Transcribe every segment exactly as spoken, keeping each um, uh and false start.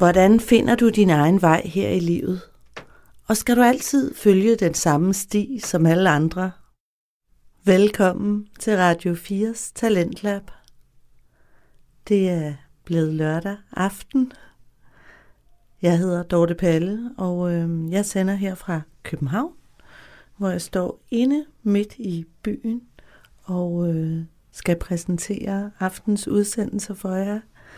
Hvordan finder du din egen vej her i livet? Og skal du altid følge den samme sti som alle andre? Velkommen til Radio fires Talentlab. Det er blevet lørdag aften. Jeg hedder Dorte Palle, og øh, jeg sender her fra København, hvor jeg står inde midt i byen og øh, skal præsentere aftens udsendelser for jer.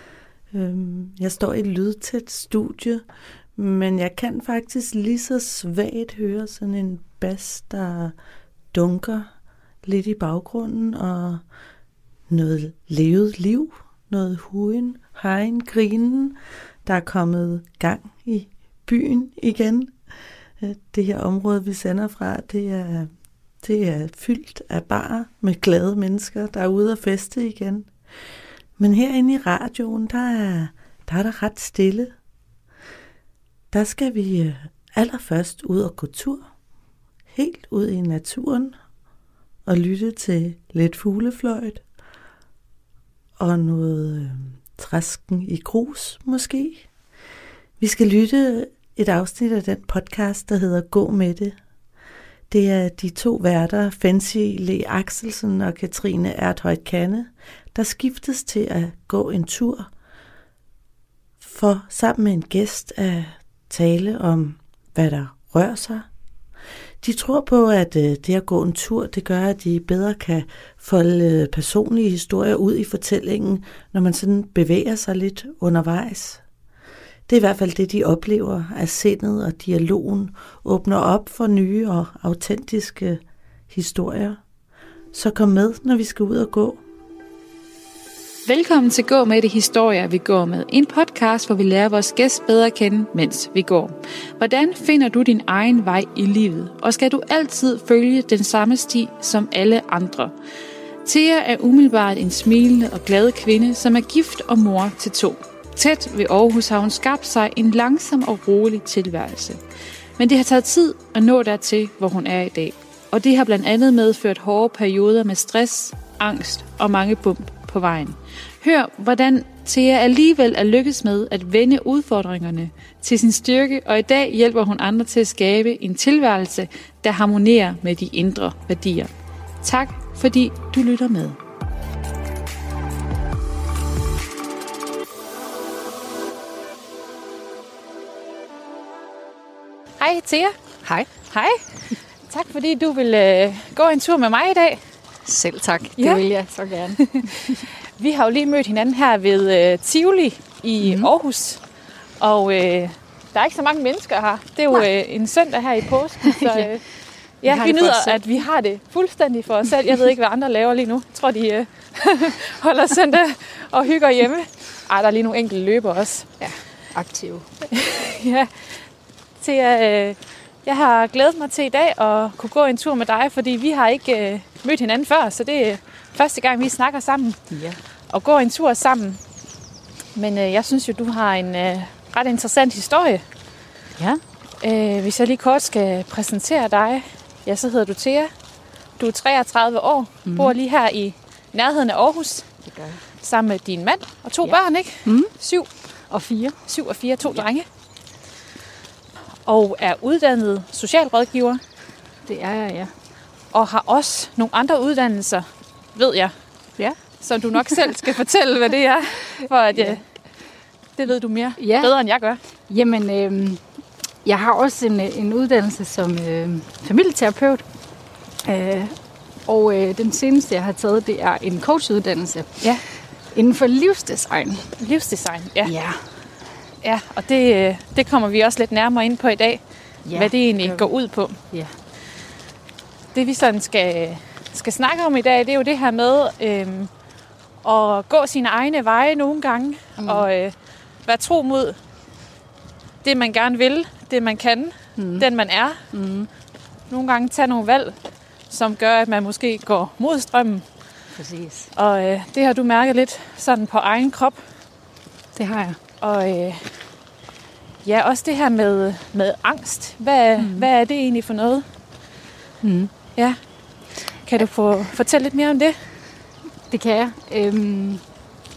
Jeg står i et lydtæt studie, men jeg kan faktisk lige så svagt høre sådan en bas, der dunker lidt i baggrunden, og noget levet liv, noget huen, hegn, grinen, der er kommet gang i byen igen. Det her område, vi sender fra, det er, det er fyldt af barer med glade mennesker, der er ude at feste igen. Men herinde i radioen, der er, der er der ret stille. Der skal vi allerførst ud og gå tur, helt ud i naturen, og lytte til lidt fuglefløjt, og noget øh, træsken i grus måske. Vi skal lytte et afsnit af den podcast, der hedder Gå med det. Det er de to værter, Fancy Le Axelsen og Katrine Erthøjt Kanne, der skiftes til at gå en tur for sammen med en gæst at tale om, hvad der rører sig. De tror på, at det at gå en tur, det gør, at de bedre kan folde personlige historier ud i fortællingen, når man sådan bevæger sig lidt undervejs. Det er i hvert fald det, de oplever, at sindet og dialogen åbner op for nye og autentiske historier. Så kom med, når vi skal ud og gå. Velkommen til Gå med det historier, vi går med. En podcast, hvor vi lærer vores gæst bedre at kende, mens vi går. Hvordan finder du din egen vej i livet? Og skal du altid følge den samme sti som alle andre? Thea er umiddelbart en smilende og glad kvinde, som er gift og mor til to. Tæt ved Aarhus har hun skabt sig en langsom og rolig tilværelse. Men det har taget tid at nå dertil, hvor hun er i dag. Og det har blandt andet medført hårde perioder med stress, angst og mange bump på vejen. Hør, hvordan Thea alligevel er lykkes med at vende udfordringerne til sin styrke, og i dag hjælper hun andre til at skabe en tilværelse, der harmonerer med de indre værdier. Tak, fordi du lytter med. Hej Thea. Hej. Hej. Tak fordi du vil øh, gå en tur med mig i dag. Selv tak. Det ja. vil jeg så gerne. Vi har jo lige mødt hinanden her ved øh, Tivoli i mm. Aarhus. Og øh, der er ikke så mange mennesker her. Det er jo øh, en søndag her i påsken. Så øh, ja, ja, vi, vi nyder, at vi har det fuldstændig for os selv. Jeg ved ikke, hvad andre laver lige nu. Jeg tror, de øh, holder søndag og hygger hjemme. Ej, der er lige nogle enkelte løber også. Ja, aktive. Ja, til øh, jeg har glædet mig til i dag at kunne gå en tur med dig, fordi vi har ikke øh, mødt hinanden før, så det er første gang, vi snakker sammen ja. og går en tur sammen. Men øh, jeg synes jo, du har en øh, ret interessant historie. Ja. Øh, hvis jeg lige kort skal præsentere dig, ja, så hedder du Thea. Du er treogtredive år, mm. bor lige her i nærheden af Aarhus. Det gør jeg. Sammen med din mand og to ja. børn, ikke? Mm. Syv. Og fire. Syv og fire, to ja. drenge. Og er uddannet socialrådgiver. Det er jeg, ja. Og har også nogle andre uddannelser, ved jeg. Ja. Så du nok selv skal fortælle, hvad det er. For at ja. det ved du mere ja. bedre, end jeg gør. Jamen, øh, jeg har også en, en uddannelse som øh, familieterapeut. Øh, og øh, den seneste, jeg har taget, det er en coachuddannelse. Ja. Inden for livsdesign. Livsdesign, ja. Ja. Ja, og det, det kommer vi også lidt nærmere ind på i dag. Ja, hvad det egentlig det går ud på. Ja. Det vi sådan skal, skal snakke om i dag, det er jo det her med øhm, at gå sine egne veje nogle gange. Mm. Og øh, være tro mod det, man gerne vil, det man kan, mm. den man er. Mm. Nogle gange tage nogle valg, som gør, at man måske går mod strømmen. Præcis. Og øh, det har du mærket lidt sådan på egen krop. Det har jeg. Og øh, ja, også det her med, med angst. Hvad, mm. hvad er det egentlig for noget? Mm. Ja. Kan du få fortælle lidt mere om det? Det kan jeg. Øhm,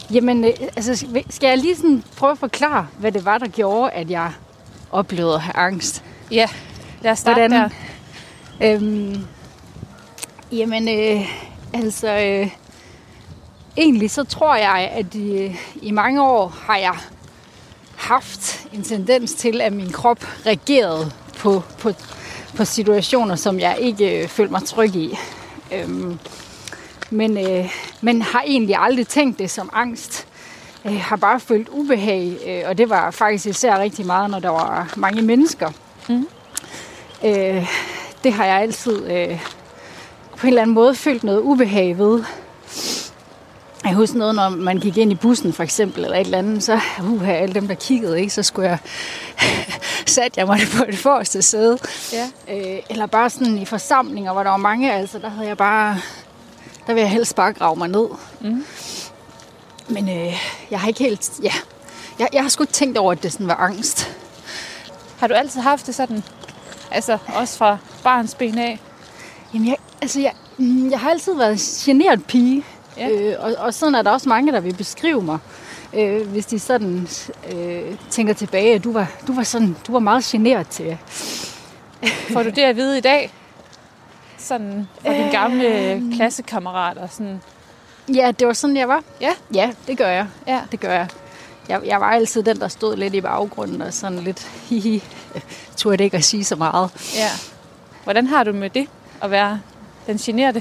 Jamen, øh, altså, skal jeg lige sådan prøve at forklare, hvad det var, der gjorde, at jeg oplevede at have angst? Ja, lad os starte Hvordan? der. Øhm, jamen, øh, altså, øh, egentlig så tror jeg, at i, i mange år har jeg haft en tendens til, at min krop reagerede på, på, på situationer, som jeg ikke øh, følte mig tryg i. Øhm, men, øh, men har egentlig aldrig tænkt det som angst. Jeg har bare følt ubehag, øh, og det var faktisk især rigtig meget, når der var mange mennesker. Mm. Øh, det har jeg altid øh, på en eller anden måde følt noget ubehag ved. Jeg husker noget, når man gik ind i bussen for eksempel, eller et eller andet, så uh, alle dem, der kiggede, ikke, så skulle jeg satte jeg mig på et forreste sæde. Ja. Øh, eller bare sådan i forsamlinger, hvor der var mange, altså der havde jeg bare, der ville jeg helst bare grave mig ned. Mm. Men øh, jeg har ikke helt, ja, jeg, jeg har sgu ikke tænkt over, at det sådan var angst. Har du altid haft det sådan, altså også fra barnsben af? Jamen, jeg, altså jeg, jeg har altid været en genert pige. Ja. Øh, og, og sådan er der også mange, der vil beskrive mig, øh, hvis de sådan øh, tænker tilbage, at du var, du var, sådan, du var meget genert til. Får du det at vide i dag? Sådan fra dine gamle klassekammerater? Sådan. Ja, det var sådan, jeg var. Ja, ja det gør jeg. Ja. Det gør jeg. jeg. Jeg var altid den, der stod lidt i baggrunden og sådan lidt hihi. Turde ikke at sige så meget. Ja. Hvordan har du med det at være den generte?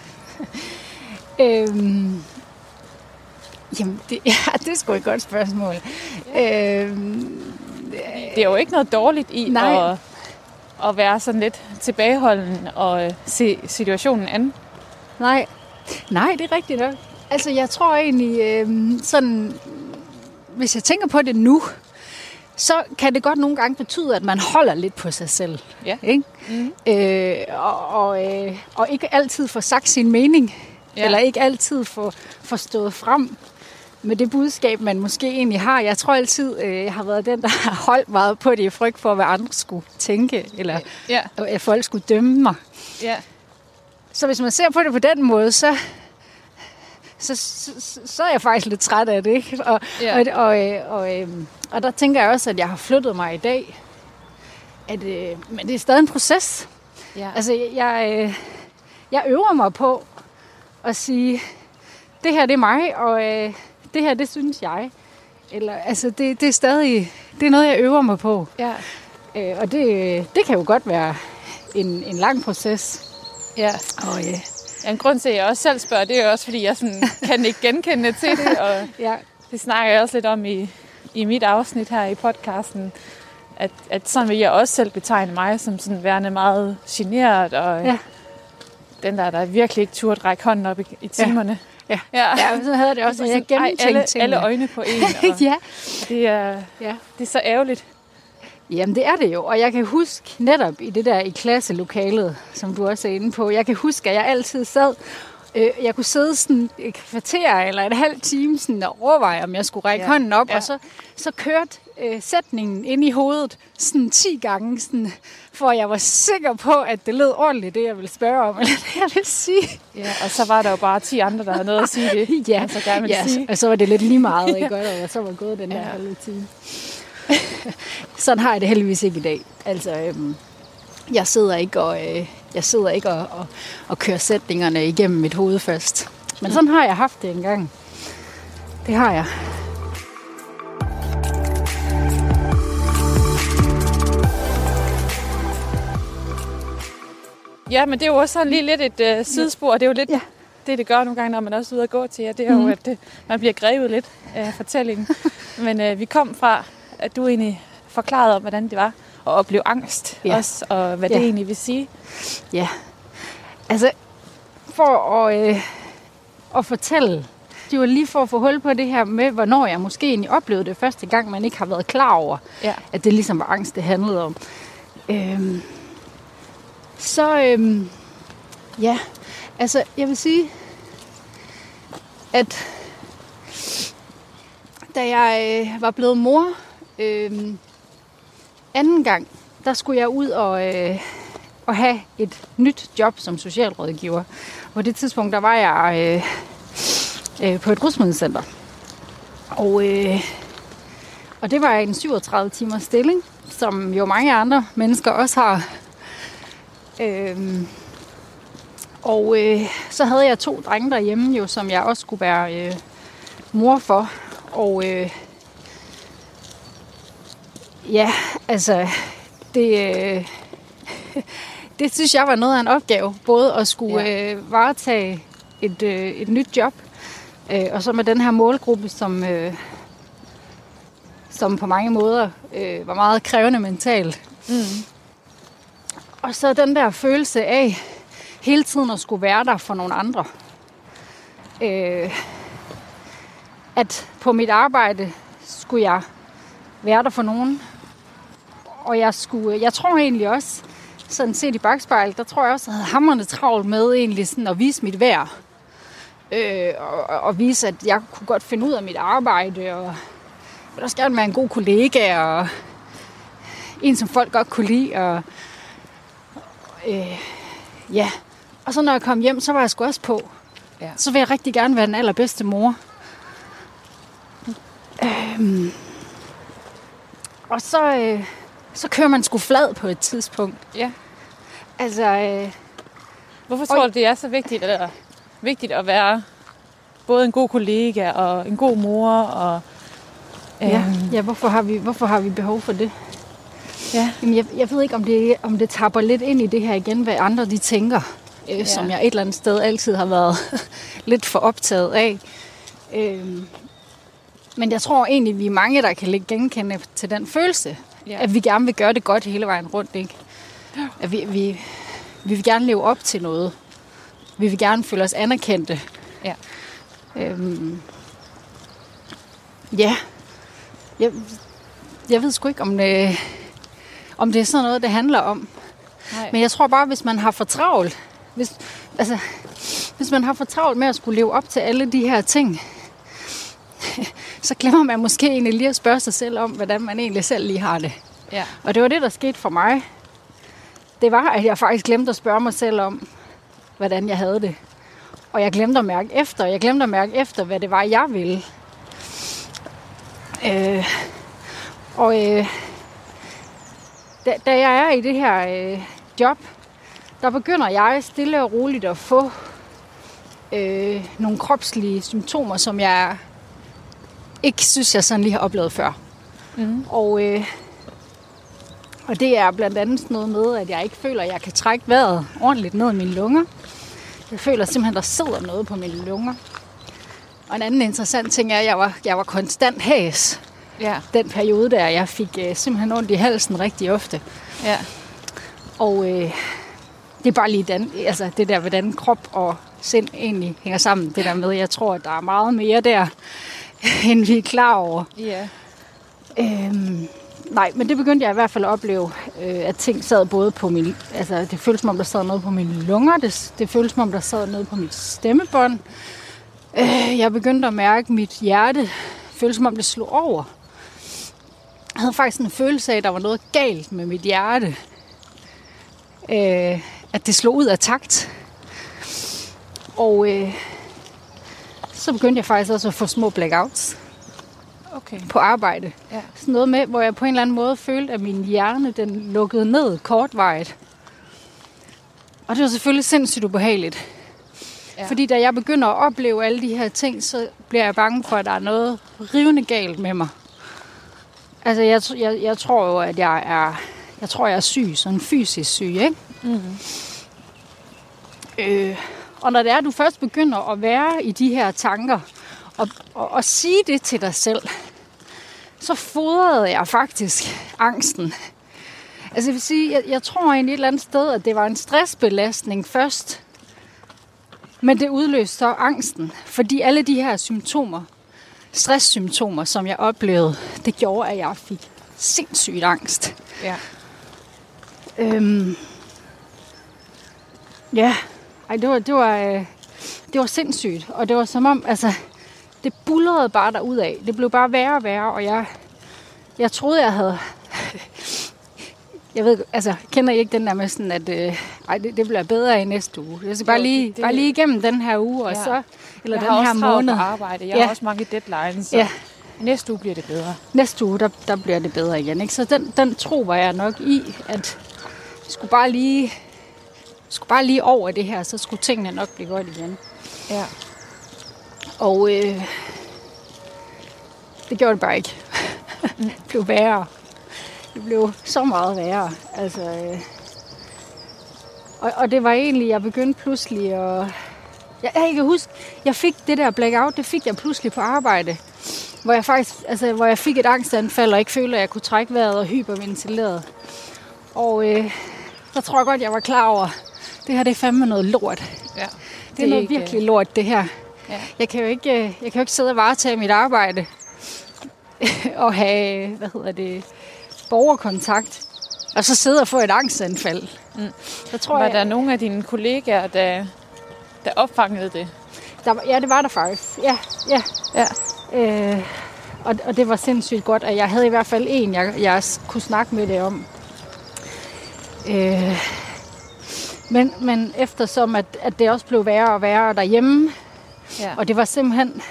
Øhm, jamen, det, ja, det er sgu et godt spørgsmål. Øhm, det er jo ikke noget dårligt i at, at være sådan lidt tilbageholden og se situationen an. Nej, nej, det er rigtigt nok. Altså, jeg tror egentlig, øhm, sådan, hvis jeg tænker på det nu, så kan det godt nogle gange betyde, at man holder lidt på sig selv. Ja. Ikke? Mm. Øh, og, og, øh, og ikke altid får sagt sin mening. Ja. Eller ikke altid få, få stået frem med det budskab, man måske egentlig har. Jeg tror altid, øh, jeg har været den, der har holdt meget på det i frygt for, hvad andre skulle tænke, eller ja. At folk skulle dømme mig. Ja. Så hvis man ser på det på den måde, så, så, så, så er jeg faktisk lidt træt af det. Ikke? Og, ja. og, og, og, og, og der tænker jeg også, at jeg har flyttet mig i dag. At, øh, men det er stadig en proces. Ja. Altså, jeg, jeg øver mig på og sige, det her det er mig, og øh, det her det synes jeg. Eller, altså, det, det er stadig, det er noget, jeg øver mig på. Ja. Øh, og det, det kan jo godt være en, en lang proces. Ja. Og, øh, ja, en grund til, at jeg også selv spørger, det er jo også, fordi jeg sådan, kan ikke genkende til det, og ja. Det snakker jeg også lidt om i, i mit afsnit her i podcasten, at, at sådan vil jeg også selv betegne mig som sådan værende meget generet, og ja. Den der, der virkelig ikke turde række hånden op i, i timerne. Ja, ja. ja. ja så havde det også, og jeg gennemtænkte alle, alle øjne på en. Og ja. det, er, ja. Det er så ærgerligt. Jamen, det er det jo. Og jeg kan huske netop i det der i klasselokalet, som du også er inde på, jeg kan huske, at jeg altid sad, øh, jeg kunne sidde sådan et kvarter eller et halvt time sådan, og overveje, om jeg skulle række ja. hånden op, ja. Og så, så kørte øh, sætningen ind i hovedet sådan ti gange, sådan, for jeg var sikker på, at det lød ordentligt, det jeg ville spørge om, eller det jeg ville sige. Ja, og så var der jo bare ti andre, der havde noget at sige det. Ja, så gerne ja sige. Og så var det lidt lige meget, ikke? Og så var gået den her ja. halve time. Sådan har jeg det heldigvis ikke i dag. Altså, øhm, jeg sidder ikke og øh, jeg sidder ikke og, og, og kører sætningerne igennem mit hoved først. Men sådan har jeg haft det engang. Det har jeg. Ja, men det er jo også sådan lige lidt et øh, sidespor. Det er jo lidt ja. det, det gør nogle gange, når man også er ude at gå til jer. Det er mm. jo, at det, man bliver grevet lidt af fortællingen. Men øh, vi kom fra, at du egentlig forklarede om, hvordan det var at opleve angst ja. også, og hvad ja. det egentlig vil sige. Ja, altså for at, øh, at fortælle, det var lige for at få hul på det her med, hvornår jeg måske egentlig oplevede det første gang, man ikke har været klar over, ja. at det ligesom var angst, det handlede om. Øhm, så, øhm, ja, altså jeg vil sige, at da jeg øh, var blevet mor, øh, anden gang, der skulle jeg ud og, øh, og have et nyt job som socialrådgiver. På det tidspunkt, der var jeg øh, øh, på et rusmiddelcenter. Og, øh, og det var en syvogtredive timers stilling, som jo mange andre mennesker også har. Øhm, og øh, så havde jeg to drenge derhjemme, jo, som jeg også skulle være øh, mor for. Og øh, ja, altså, det, øh, det synes jeg var noget af en opgave. Både at skulle ja. øh, varetage et, øh, et nyt job, øh, og så med den her målgruppe, som, øh, som på mange måder øh, var meget krævende mentalt. Mm. Og så den der følelse af hele tiden at skulle være der for nogle andre. Øh, at på mit arbejde skulle jeg være der for nogen. Og jeg skulle, jeg tror egentlig også, sådan set i bagspejlet, der tror jeg også, at jeg havde hamrende travlt med egentlig sådan at vise mit værd. Øh, og, og vise, at jeg kunne godt finde ud af mit arbejde, og jeg ville også gerne være en god kollega, og en, som folk godt kunne lide, og øh, ja. Og så når jeg kom hjem, så var jeg sgu også på. Ja. Så vil jeg rigtig gerne være den allerbedste mor. Øhm. Og så, øh, så kører man sgu flad på et tidspunkt. Ja. Altså, øh, hvorfor tror du, det er så vigtigt, eller, vigtigt at være både en god kollega og en god mor? Og, øh, ja, ja hvorfor, har vi, hvorfor har vi behov for det? Ja. Jamen, jeg, jeg ved ikke, om det, om det tapper lidt ind i det her igen, hvad andre de tænker. Øh, ja. Som jeg et eller andet sted altid har været lidt for optaget af. Øh, men jeg tror egentlig, vi er mange, der kan lægge genkende til den følelse. Ja. At vi gerne vil gøre det godt hele vejen rundt, ikke? At vi, vi, vi vil gerne leve op til noget. Vi vil gerne føle os anerkendte. Ja. Øhm, ja. Jeg, jeg ved sgu ikke, om det, om det er sådan noget, det handler om. Nej. Men jeg tror bare, hvis man har for travlt, hvis, altså, hvis man har for travlt med at skulle leve op til alle de her ting, så glemmer man måske egentlig lige at spørge sig selv om, hvordan man egentlig selv lige har det. Ja. Og det var det, der skete for mig. Det var, at jeg faktisk glemte at spørge mig selv om, hvordan jeg havde det. Og jeg glemte at mærke efter. Jeg glemte at mærke efter, hvad det var, jeg ville. Øh, og øh, da, da jeg er i det her øh, job, der begynder jeg stille og roligt at få øh, nogle kropslige symptomer, som jeg ikke synes, jeg sådan lige har oplevet før. Mm. Og, øh, og det er blandt andet sådan noget med, at jeg ikke føler, at jeg kan trække vejret ordentligt ned i mine lunger. Jeg føler simpelthen, der sidder noget på mine lunger. Og en anden interessant ting er, at jeg var, jeg var konstant hæs. Ja. Den periode der, jeg fik øh, simpelthen ondt i halsen rigtig ofte. Ja. Og øh, det er bare lige den, altså det der, hvordan krop og sind egentlig hænger sammen. Det der med, jeg tror, at der er meget mere der, end vi er klar over. Ja. Øhm, nej, men det begyndte jeg i hvert fald at opleve, øh, at ting sad både på min... Altså, det føltes som om, der sad noget på mine lunger. Det, det føltes som om, der sad noget på mit stemmebånd. Øh, jeg begyndte at mærke, at mit hjerte føltes som om, det slog over. Jeg havde faktisk en følelse af, at der var noget galt med mit hjerte. Øh, at det slog ud af takt. Og øh, så begyndte jeg faktisk også at få små blackouts. Okay. På arbejde. Ja. Sådan noget med, hvor jeg på en eller anden måde følte, at min hjerne den lukkede ned kortvarigt. Og det var selvfølgelig sindssygt ubehageligt. Ja. Fordi da jeg begynder at opleve alle de her ting, så bliver jeg bange for, at der er noget rivende galt med mig. Altså, jeg, jeg, jeg tror jo, at jeg er, jeg tror, jeg er syg, sådan fysisk syg, ikke? Mm-hmm. Øh, og når det er, at du først begynder at være i de her tanker, og, og, og sige det til dig selv, så fodrede jeg faktisk angsten. Altså, jeg vil sige, jeg, jeg tror egentlig et eller andet sted, at det var en stressbelastning først, men det udløste så angsten, fordi alle de her symptomer, stresssymptomer, som jeg oplevede, det gjorde, at jeg fik sindssygt angst. Ja. Øhm, ja, ej, det var, det var, øh, det var sindssygt, og det var som om, altså, det bullerede bare derudad. Det blev bare værre og værre, og jeg, jeg troede, jeg havde... Jeg ved, altså, kender I ikke den der med sådan, at øh, ej, det, det bliver bedre i næste uge. Jeg skal bare lige, det, det, bare lige igennem den her uge, og ja. så, eller jeg den her måned. Jeg har også arbejde. Jeg ja. har også mange deadlines. Så. Ja, Næste uge bliver det bedre. Næste uge, der, der bliver det bedre igen. Ikke? Så den, den tro var jeg nok i, at jeg skulle bare lige, skulle bare lige over det her, så skulle tingene nok blive godt igen. Ja. Og øh, det gjorde det bare ikke. Det blev værre. Det blev så meget værre. Altså, øh, og, og det var egentlig, jeg begyndte pludselig at... Jeg, jeg kan huske, jeg fik det der blackout, det fik jeg pludselig på arbejde. Hvor jeg faktisk, altså, hvor jeg fik et angstanfald, og ikke følte, at jeg kunne trække vejret og hyperventileret. Og øh, der tror jeg godt, jeg var klar over, det her det er fandme noget lort. Ja. Det, det er noget ikke... virkelig lort, det her. Ja. Jeg kan jo ikke, jeg kan jo ikke sidde og varetage mit arbejde og have, hvad hedder det, borgerkontakt, og så sidde og få et angstanfald. Mm. Der tror var jeg, der nogle af dine kollegaer, der, der opfangede det? Der, ja, det var der faktisk. Ja, ja. ja. Øh, og, og det var sindssygt godt, at jeg havde i hvert fald en, jeg, jeg kunne snakke med det om. Øh, men, men eftersom, at, at det også blev værre og værre derhjemme, ja. Og det var simpelthen...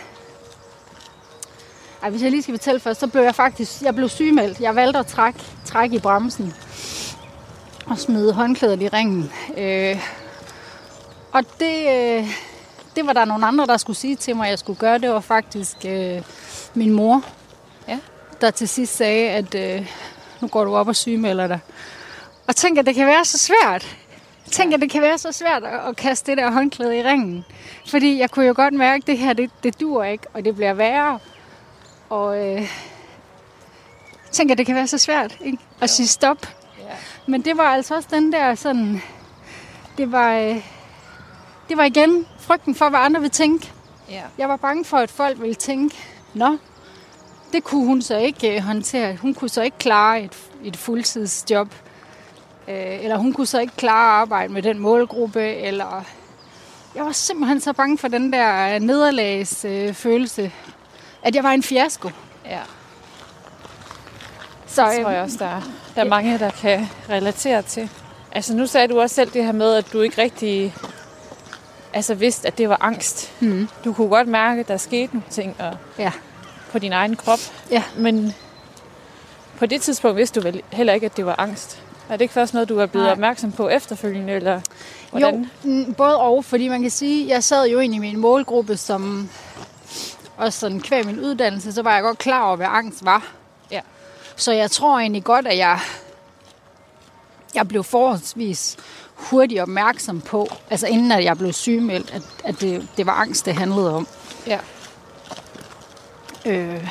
Ej, hvis jeg lige skal fortælle først, så blev jeg faktisk... Jeg blev sygemeldt. Jeg valgte at trække, trække i bremsen og smide håndklædet i ringen. Øh, og det, øh, det var der nogle andre, der skulle sige til mig, at jeg skulle gøre. Det var faktisk øh, min mor, ja. Der til sidst sagde, at øh, nu går du op og sygemelder dig. Og tænk, at det kan være så svært. Tænk, at det kan være så svært at, at kaste det der håndklæde i ringen. Fordi jeg kunne jo godt mærke, at det her, det, det dur ikke, og det bliver værre. Og øh, tænk, at det kan være så svært, ikke? At sige stop. Ja. Men det var altså også den der sådan... Det var, øh, det var igen frygten for, hvad andre vil tænke. Ja. Jeg var bange for, at folk ville tænke, nå, det kunne hun så ikke øh, håndtere. Hun kunne så ikke klare et, et fuldtidsjob. Øh, eller hun kunne så ikke klare at arbejde med den målgruppe. Eller... Jeg var simpelthen så bange for den der nederlagsfølelse. Øh, At jeg var en fiasko. Ja. Så, det tror jeg også, der er, der er mange, der kan relatere til. Altså nu sagde du også selv det her med, at du ikke rigtig altså, vidste, at det var angst. Mm. Du kunne godt mærke, at der skete nogle ting og, ja. På din egen krop. Ja. Men på det tidspunkt vidste du vel heller ikke, at det var angst. Er det ikke først noget, du er blevet Nej. opmærksom på efterfølgende? Eller hvordan? Jo, både og. Fordi man kan sige, at jeg sad jo ind i min målgruppe, som... Og sådan kvæg min uddannelse, så var jeg godt klar over, hvad angst var. Ja. Så jeg tror egentlig godt, at jeg, jeg blev forholdsvis hurtigt opmærksom på, altså inden at jeg blev sygemeldt, at, at det, det var angst, det handlede om. Ja. Øh.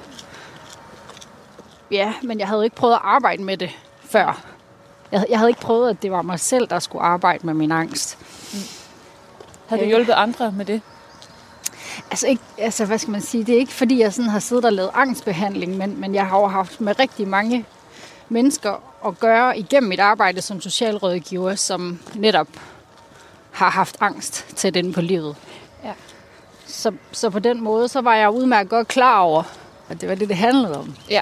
Ja, men jeg havde ikke prøvet at arbejde med det før. Jeg, jeg havde ikke prøvet, at det var mig selv, der skulle arbejde med min angst. Mm. Har du hjulpet andre med det? Altså, ikke, altså, hvad skal man sige? Det er ikke, fordi jeg sådan har siddet og lavet angstbehandling, men, men jeg har jo haft med rigtig mange mennesker at gøre igennem mit arbejde som socialrådgiver, som netop har haft angst til den på livet. Ja. Så, så på den måde, så var jeg udmærket godt klar over, at det var det, det handlede om. Ja.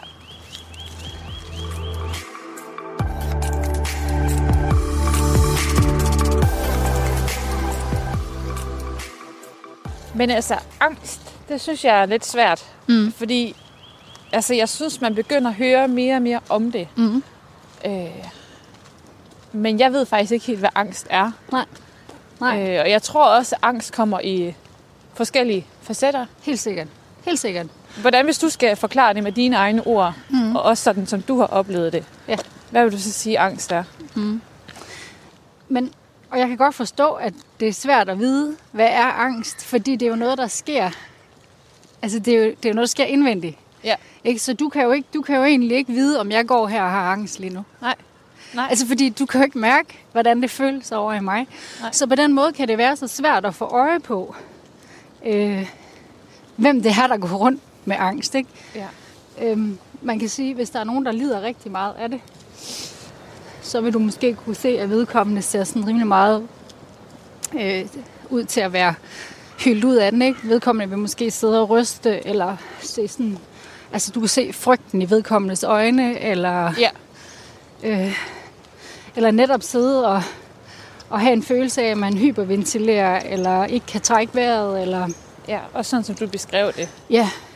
Men altså, angst, det synes jeg er lidt svært. Mm. Fordi altså, jeg synes, man begynder at høre mere og mere om det. Mm. Øh, men jeg ved faktisk ikke helt, hvad angst er. Nej. Nej. Øh, og jeg tror også, at angst kommer i forskellige facetter. Helt sikkert. Helt sikkert. Hvordan, hvis du skal forklare det med dine egne ord, mm. og også sådan, som du har oplevet det, ja. Hvad vil du så sige, angst er? Mm. Men... Og jeg kan godt forstå, at det er svært at vide, hvad er angst, fordi det er jo noget, der sker. Altså, det er jo, det er jo noget, der sker indvendigt. Ja. Ikke? Så du kan, jo ikke, du kan jo egentlig ikke vide, om jeg går her og har angst lige nu. Nej. Nej. Altså, fordi du kan jo ikke mærke, hvordan det føles over i mig. Nej. Så på den måde kan det være så svært at få øje på, øh, hvem det er, der går rundt med angst. Ikke? Ja. Øhm, man kan sige, hvis der er nogen, der lider rigtig meget af det, så vil du måske kunne se, at vedkommende ser sådan rimelig meget øh, ud til at være hyldt ud af den, ikke? Vedkommende vil måske sidde og ryste, eller se sådan... Altså, du kan se frygten i vedkommendes øjne, eller... Ja. Øh, eller netop sidde og, og have en følelse af, at man hyperventilerer, eller ikke kan trække vejret, eller... Ja, og sådan som du beskrev det. Ja,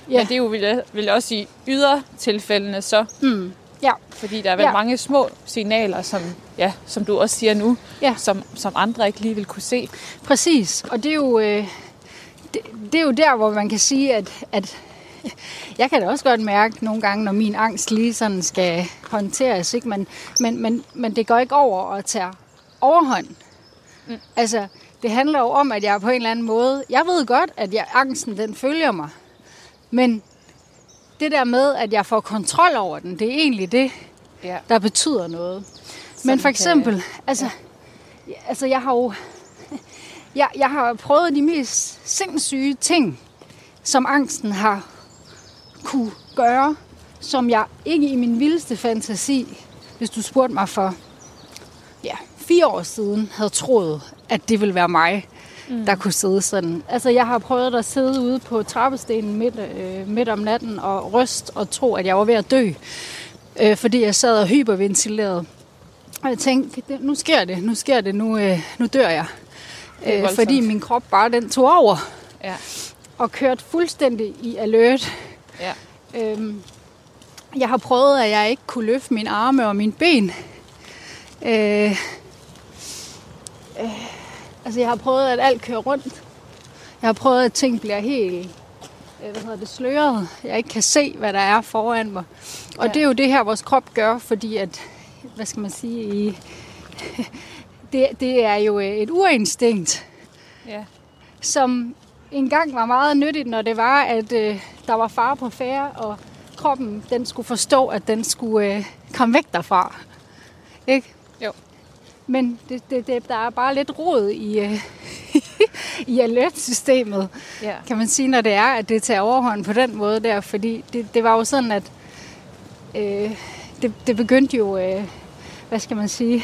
Ja. Men det er jo, vil jeg, vil jeg også sige, ydertilfældene så. Mm. Ja. Fordi der er vel ja. mange små signaler, som, ja, som du også siger nu, ja. som, som andre ikke lige vil kunne se. Præcis, og det er jo, øh, det, det er jo der, hvor man kan sige, at, at jeg kan da også godt mærke nogle gange, når min angst lige sådan skal håndteres, ikke? Men, men, men, men det går ikke over og tager overhånd. Mm. Altså, det handler jo om, at jeg på en eller anden måde, jeg ved godt, at jeg, angsten den følger mig, men det der med, at jeg får kontrol over den, det er egentlig det, ja. der betyder noget. Som men for eksempel, kan, altså, ja. altså jeg har jo jeg, jeg har prøvet de mest sindssyge ting, som angsten har kunne gøre, som jeg ikke i min vildeste fantasi, hvis du spurgte mig for ja, fire år siden, havde troet, at det ville være mig, mm. der kunne sidde sådan. Altså, jeg har prøvet at sidde ude på trappestenen midt, øh, midt om natten og ryste og tro, at jeg var ved at dø, øh, fordi jeg sad og hyperventilerede. Og jeg tænkte, nu sker det, nu sker det, nu, øh, nu dør jeg. Øh, fordi min krop bare, den tog over. Ja. Og kørte fuldstændig i alert. Ja. Øhm, jeg har prøvet, at jeg ikke kunne løfte mine arme og mine ben. Øh, øh, altså, jeg har prøvet, at alt kører rundt. Jeg har prøvet, at ting bliver helt øh, hvad hedder det, sløret. Jeg ikke kan se, hvad der er foran mig. Og ja. det er jo det her, vores krop gør, fordi at, hvad skal man sige, i, det, det er jo et urinstinkt, ja. som engang var meget nyttigt, når det var, at øh, der var fare på færde, og kroppen, den skulle forstå, at den skulle øh, komme væk derfra. Ikke? Jo. Men det, det, det, der er bare lidt rod i, øh, i alert-systemet, ja. kan man sige, når det er, at det tager overhånd på den måde der, fordi det, det var jo sådan, at øh, det, det begyndte jo, øh, hvad skal man sige,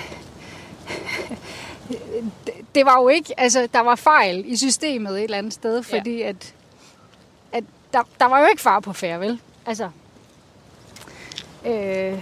det, det var jo ikke, altså der var fejl i systemet et eller andet sted, fordi ja. at, at der, der var jo ikke fare på færde, vel? Altså, øh,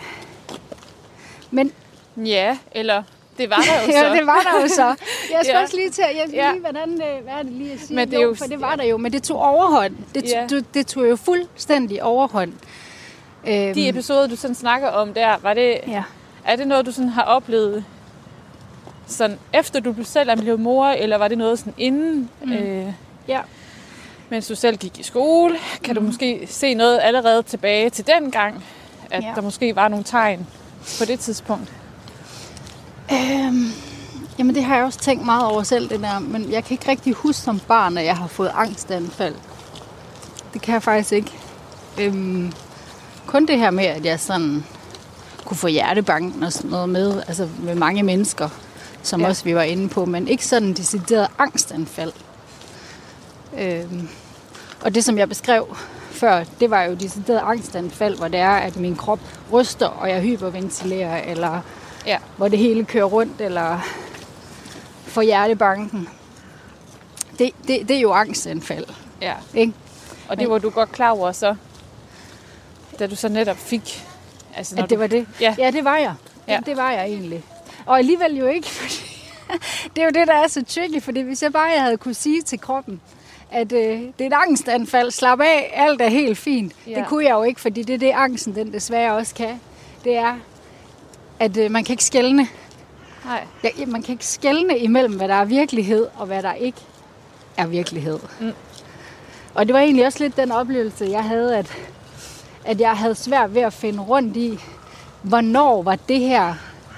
men ja, eller det var der jo så. ja, det var der jo så. Jeg skal ja. også lige til, jeg skal ja. lige, hvordan, hvad er det lige at sige? Men det er jo, jo, for det var der jo, men det tog overhånd. Det, ja. det, det tog jo fuldstændig overhånd. De episoder, du sådan snakker om der, var det, ja. er det noget, du sådan har oplevet sådan efter du selv er blevet mor, eller var det noget sådan inden, mm. øh, ja. mens du selv gik i skole? Kan mm. du måske se noget allerede tilbage til den gang, at ja. der måske var nogle tegn på det tidspunkt? Øhm, jamen det har jeg også tænkt meget over selv, det der, men jeg kan ikke rigtig huske som barn, at jeg har fået angstanfald. Det kan jeg faktisk ikke. Øhm, kun det her med, at jeg sådan kunne få hjertebanken og sådan noget med, altså med mange mennesker, som ja. også vi var inde på, men ikke sådan decideret angstanfald. Øhm, og det, som jeg beskrev før, det var jo decideret angstanfald, hvor det er, at min krop ryster, og jeg hyperventilerer, eller ja. hvor det hele kører rundt, eller får hjertebanken. Det, det, det er jo angstanfald. Ja. Ikke? Og det var du godt klar over så, da du så netop fik... Altså, at det du... var det? Ja. ja, det var jeg. Ja. Det, det var jeg egentlig. Og alligevel jo ikke, fordi det er jo det, der er så tricky, fordi hvis jeg bare jeg havde kunne sige til kroppen, at øh, det er et angstanfald, slap af, alt er helt fint. Ja. Det kunne jeg jo ikke, fordi det er det, angsten den desværre også kan. Det er, at øh, man kan ikke skelne. Nej. Ja, man kan ikke skelne imellem, hvad der er virkelighed, og hvad der ikke er virkelighed. Mm. Og det var egentlig også lidt den oplevelse, jeg havde, at, at jeg havde svært ved at finde rundt i, hvornår var det her,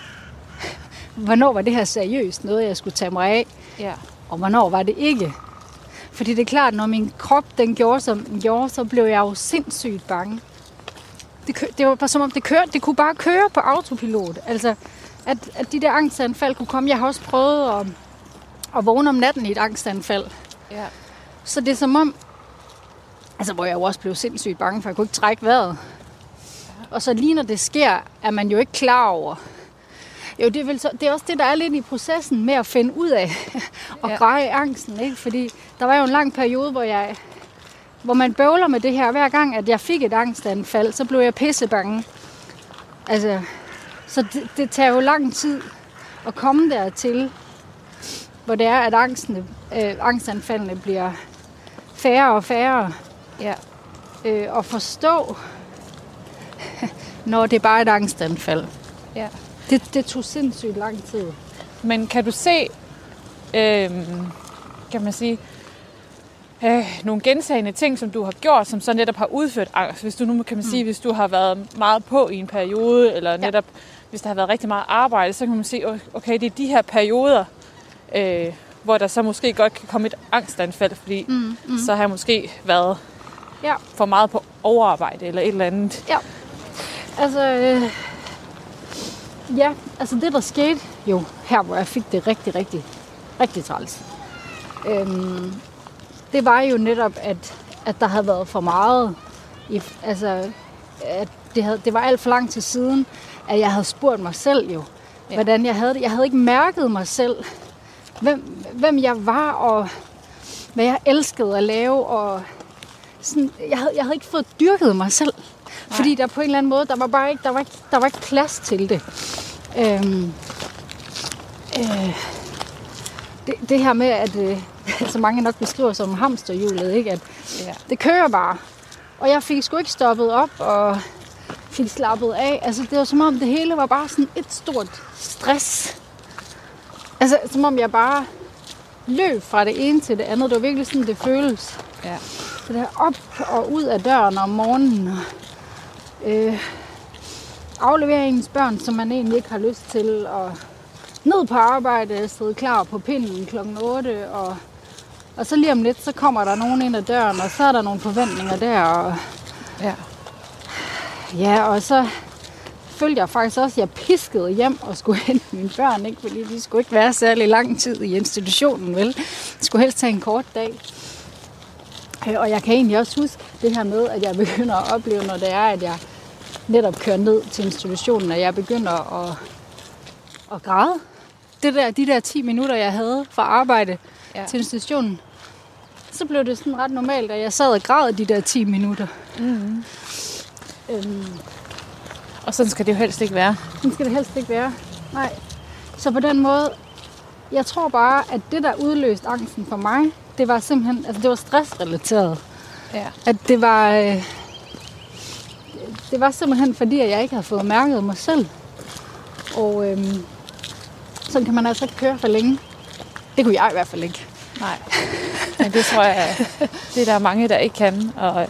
hvornår var det her seriøst, noget jeg skulle tage mig af, ja. og hvornår var det ikke. Fordi det er klart, når min krop den gjorde, som den gjorde, så blev jeg jo sindssygt bange. Det, kø- det var bare som om, det kørte, det kunne bare køre på autopilot. Altså, at, at de der angstanfald kunne komme. Jeg har også prøvet at, at vågne om natten i et angstanfald. Ja. Så det er som om, altså hvor jeg jo også blev sindssygt bange, for jeg kunne ikke trække vejret. Og så lige når det sker, er man jo ikke klar over. Jo, det er, vel så, det er også det, der er lidt i processen med at finde ud af og ja. greje angsten, ikke? Fordi der var jo en lang periode, hvor jeg, hvor man bøvler med det her. Hver gang, at jeg fik et angstanfald, så blev jeg pissebange. Altså, så det, det tager jo lang tid at komme dertil, hvor det er, at angstene, øh, angstanfaldene bliver færre og færre. Ja. øh, at forstå, når det er bare et angstanfald. Ja. Det, det tog sindssygt lang tid. Men kan du se, øh, kan man sige, øh, nogle gentagende ting, som du har gjort, som så netop har udført angst? Hvis du nu kan man sige, mm. hvis du har været meget på i en periode, eller netop ja. hvis der har været rigtig meget arbejde, så kan man sige, okay, det er de her perioder, øh, hvor der så måske godt kan komme et angstanfald, fordi mm. Mm. så har jeg måske været ja. for meget på overarbejde, eller et eller andet. Ja, altså... Øh Ja, altså det der skete jo her, hvor jeg fik det rigtig, rigtig, rigtig træls. Øhm, det var jo netop, at, at der havde været for meget. I, altså, at det, havde, det var alt for lang tid siden, at jeg havde spurgt mig selv jo, ja. hvordan jeg havde det. Jeg havde ikke mærket mig selv, hvem, hvem jeg var, og hvad jeg elskede at lave. Og sådan, jeg, havde, jeg havde ikke fået dyrket mig selv. Nej. Fordi der på en eller anden måde, der var bare ikke, der var ikke, der var ikke plads til det. Øhm, øh, det. Det her med, at øh, så mange nok beskriver som hamsterhjulet, ikke? At ja. det kører bare. Og jeg fik sgu ikke stoppet op og fik slappet af. Altså det var som om det hele var bare sådan et stort stress. Altså som om jeg bare løb fra det ene til det andet. Det var virkelig sådan, det føles. Ja. Så der op og ud af døren om morgenen og øh, aflevere ens børn, som man egentlig ikke har lyst til, og ned på arbejde, sidde klar på pinden klokken otte, og, og så lige om lidt, så kommer der nogen ind ad døren, og så er der nogle forventninger der, og ja, ja, og så følte jeg faktisk også, at jeg piskede hjem og skulle hente mine børn, ikke? Fordi de skulle ikke være særlig lang tid i institutionen, vel? De skulle helst tage en kort dag. Og jeg kan egentlig også huske det her med, at jeg begynder at opleve, når det er, at jeg netop kører ned til institutionen, og jeg begynder at, at græde. Det der, de der ti minutter, jeg havde fra arbejde ja. til institutionen, så blev det sådan ret normalt, at jeg sad og græd de der ti minutter. Mm-hmm. Øhm, og sådan skal det jo helst ikke være. Sådan skal det helst ikke være. Nej. Så på den måde, jeg tror bare, at det, der udløste angsten for mig, det var simpelthen, altså det var stressrelateret. Ja. At det var... Øh, Det var simpelthen fordi, at jeg ikke havde fået mærket mig selv. Og øhm, sådan kan man altså ikke køre for længe. Det kunne jeg i hvert fald ikke. Nej, men det tror jeg, det er der mange, der ikke kan. Og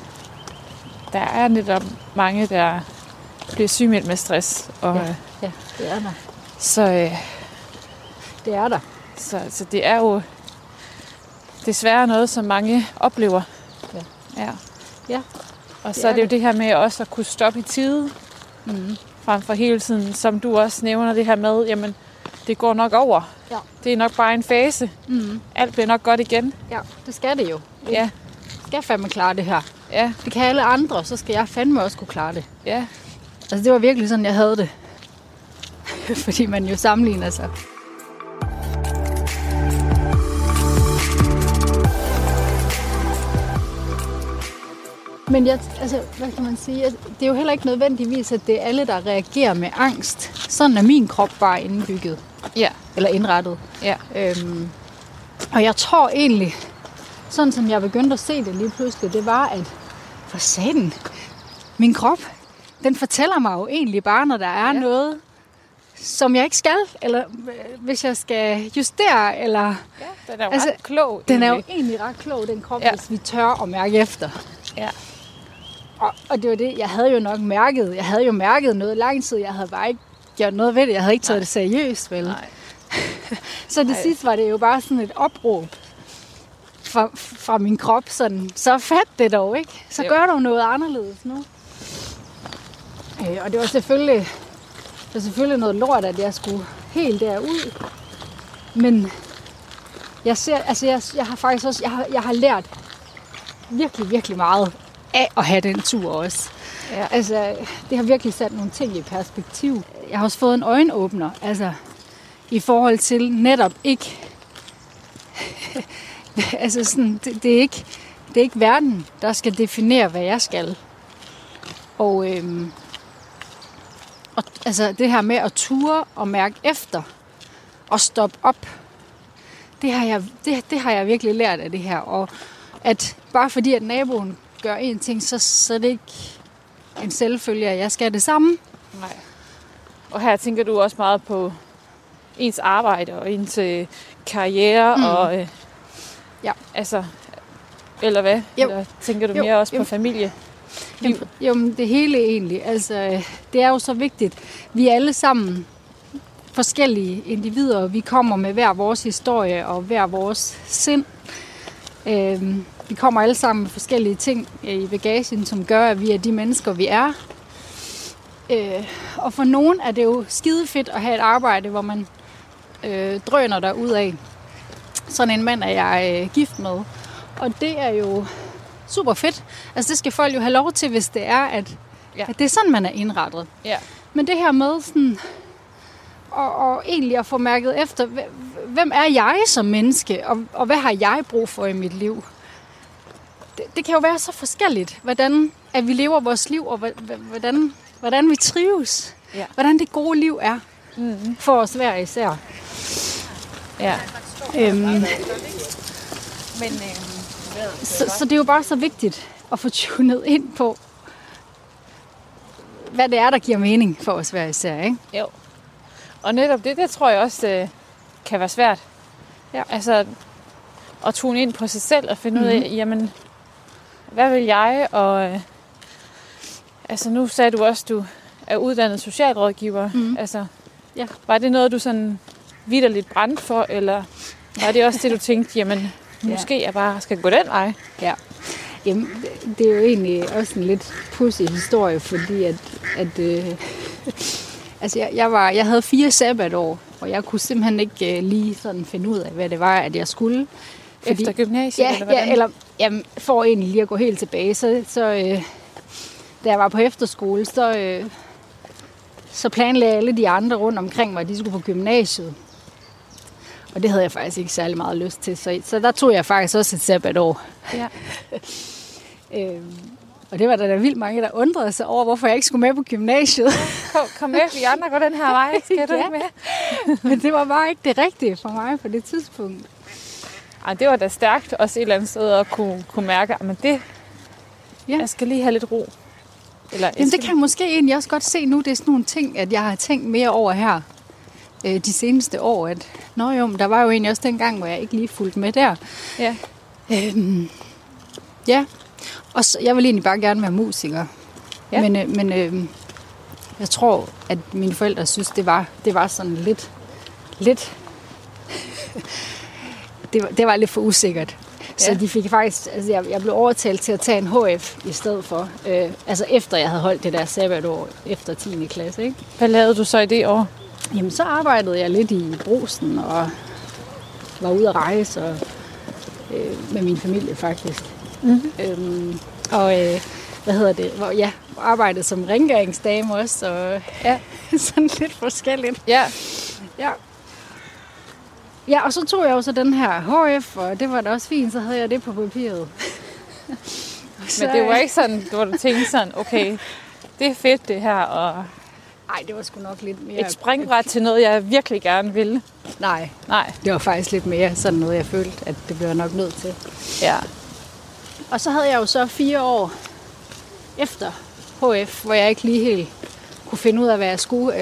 der er netop mange, der bliver sygemeldt med stress. Og, ja, ja, det er der. Så, øh, det er der. Så, så det er jo desværre noget, som mange oplever. Ja. Ja. Ja. Og så er det jo det her med også at kunne stoppe i tide, mm. frem for hele tiden, som du også nævner det her med, jamen, det går nok over. Ja. Det er nok bare en fase. Mm. Alt bliver nok godt igen. Ja, det skal det jo. Ja. Jeg skal fandme klare det her. Ja. Det kan alle andre, så skal jeg fandme også kunne klare det. Ja. Altså, det var virkelig sådan, jeg havde det. Fordi man jo sammenligner sig. Men jeg, altså, hvad kan man sige? Det er jo heller ikke nødvendigvis, at det er alle, der reagerer med angst. Sådan er min krop bare indbygget. Ja. Eller indrettet. Ja. Øhm, og jeg tror egentlig, sådan som jeg begyndte at se det lige pludselig, det var, at for satan, min krop, den fortæller mig jo egentlig bare, når der er ja. noget, som jeg ikke skal, eller hvis jeg skal justere, eller... Ja, den er jo altså, ret klog. Den egentlig. er jo egentlig ret klog, den krop, ja. hvis vi tør at mærke efter. Ja. Og, og det var det, jeg havde jo nok mærket. Jeg havde jo mærket noget lang tid. Jeg havde bare ikke gjort noget ved det. Jeg havde ikke taget Nej. det seriøst, vel? Nej. Så det sidste var det jo bare sådan et opråb fra, fra min krop. Sådan, så fat det dog, ikke? Så jo. gør du noget anderledes nu. Øh, og det var selvfølgelig, det var selvfølgelig noget lort, at jeg skulle helt derud. Men jeg ser, altså jeg, jeg har faktisk også, jeg har, jeg har lært virkelig, virkelig meget af at have den tur også. Ja. Altså, det har virkelig sat nogle ting i perspektiv. Jeg har også fået en øjenåbner, altså i forhold til netop ikke, altså sådan, det, det, er ikke, det er ikke verden, der skal definere, hvad jeg skal. Og, øhm, og altså det her med at ture og mærke efter og stoppe op, det har jeg, det, det har jeg virkelig lært af det her. Og at bare fordi, at naboen gør en ting, så, så er det ikke en selvfølge, at jeg skal det samme. Nej. Og her tænker du også meget på ens arbejde og ens øh, karriere mm. og øh, ja. altså, eller hvad? Jo. Eller tænker du jo. mere også jo. på familie? Jo, jo, men det hele egentlig. Altså, det er jo så vigtigt. Vi er alle sammen forskellige individer, og vi kommer med hver vores historie og hver vores sind. Øhm, vi kommer alle sammen med forskellige ting i bagagen, som gør, at vi er de mennesker, vi er. Øh, og for nogen er det jo skide fedt at have et arbejde, hvor man øh, drøner der ud af. Sådan en mand er jeg øh, gift med. Og det er jo super fedt. Altså det skal folk jo have lov til, hvis det er, at, ja. at det er sådan, man er indrettet. Ja. Men det her med sådan, og, og egentlig at få mærket efter, hvem er jeg som menneske, og, og hvad har jeg brug for i mit liv? Det, det kan jo være så forskelligt, hvordan at vi lever vores liv, og hvordan, hvordan vi trives. Ja. Hvordan det gode liv er mm-hmm. for os hver især. Ja. Øhm, Men, øhm, så, så det er jo bare så vigtigt at få tunet ind på, hvad det er, der giver mening for os hver især, ikke? Jo. Og netop det, det tror jeg også øh, kan være svært. Ja. Altså at tune ind på sig selv og finde mm-hmm. ud af, jamen, hvad vil jeg? Og øh, altså nu sagde du også, du er uddannet socialrådgiver. Mm-hmm. Altså, ja. Var det noget, du sådan vitterligt brændte for, eller var det også det, du tænkte, jamen, måske ja. jeg bare skal gå den vej? Ja. Jamen, det er jo egentlig også en lidt pudsig historie, fordi at, at øh, altså jeg, jeg, var, jeg havde fire sabbatår, og jeg kunne simpelthen ikke øh, lige sådan finde ud af, hvad det var, at jeg skulle. Fordi, efter gymnasiet, ja, eller hvordan? Ja, eller jamen, for egentlig lige at gå helt tilbage, så, så øh, da jeg var på efterskole, så, øh, så planlagde alle de andre rundt omkring mig, at de skulle på gymnasiet. Og det havde jeg faktisk ikke særlig meget lyst til, så, så der tog jeg faktisk også et sabbatår. Ja. øhm, og det var der, der vildt mange, der undrede sig over, hvorfor jeg ikke skulle med på gymnasiet. Kom, kom med, vi andre går den her vej, skal du ja. ikke med? Men det var bare ikke det rigtige for mig på det tidspunkt. Ej, det var da stærkt også et eller andet sted at kunne, kunne mærke, at det, ja. jeg skal lige have lidt ro. Eller, Jamen det kan jeg måske egentlig også godt se nu, det er sådan nogle ting, at jeg har tænkt mere over her øh, de seneste år, at nå jo, men der var jo egentlig også den gang, hvor jeg ikke lige fulgte med der. Ja. Øhm, ja, og så, jeg vil egentlig bare gerne være musiker. Ja. Men, øh, men øh, jeg tror, at mine forældre synes, det var, det var sådan lidt, lidt det, var, det var lidt for usikkert. Ja. Så de fik faktisk, altså jeg, jeg blev overtalt til at tage en H F i stedet for. Øh, altså efter jeg havde holdt det der sabbatår efter tiende klasse, ikke? Hvad lavede du så i det år? Jamen så arbejdede jeg lidt i Brugsen og var ude at rejse og, øh, med min familie faktisk. Mm-hmm. Øhm, og øh, hvad hedder det? Hvor, ja, arbejdede som rengøringsdame også, og ja, sådan lidt forskelligt. Ja. Ja. Ja, og så tog jeg jo så den her H F, og det var da også fint, så havde jeg det på papiret. Så, men det var ikke sådan, hvor du tænkte sådan, okay, det er fedt det her, og nej, det var sgu nok lidt mere et springbræt til noget, jeg virkelig gerne ville. Nej, nej, det var faktisk lidt mere sådan noget, jeg følte, at det blev jeg nok nødt til. Ja. Og så havde jeg jo så fire år efter H F, hvor jeg ikke lige helt kunne finde ud af, hvad jeg skulle.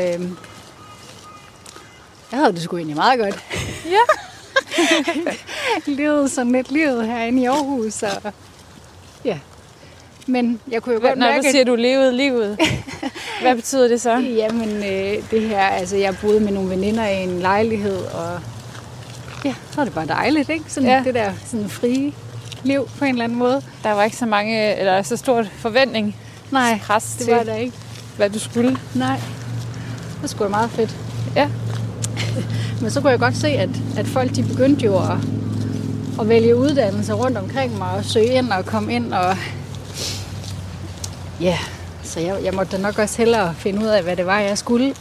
Jeg havde det sgu egentlig meget godt. Ja. Levede sådan lidt livet herinde i Aarhus. Og ja. Men jeg kunne jo godt Når mærke... Når du siger, du levede livet, hvad betyder det så? Jamen, øh, det her... Altså, jeg boede med nogle veninder i en lejlighed, og ja, så var det bare dejligt, ikke? Sådan ja. Det der sådan frie liv på en eller anden måde. Der var ikke så mange, eller så stort forventning. Nej, pres det til, var der ikke. Hvad du skulle. Nej, det var sgu meget fedt. Ja. Men så kunne jeg godt se, at, at folk de begyndte jo at, at vælge uddannelser rundt omkring mig, og søge ind og komme ind. Og ja, så jeg, jeg måtte da nok også hellere finde ud af, hvad det var, jeg skulle.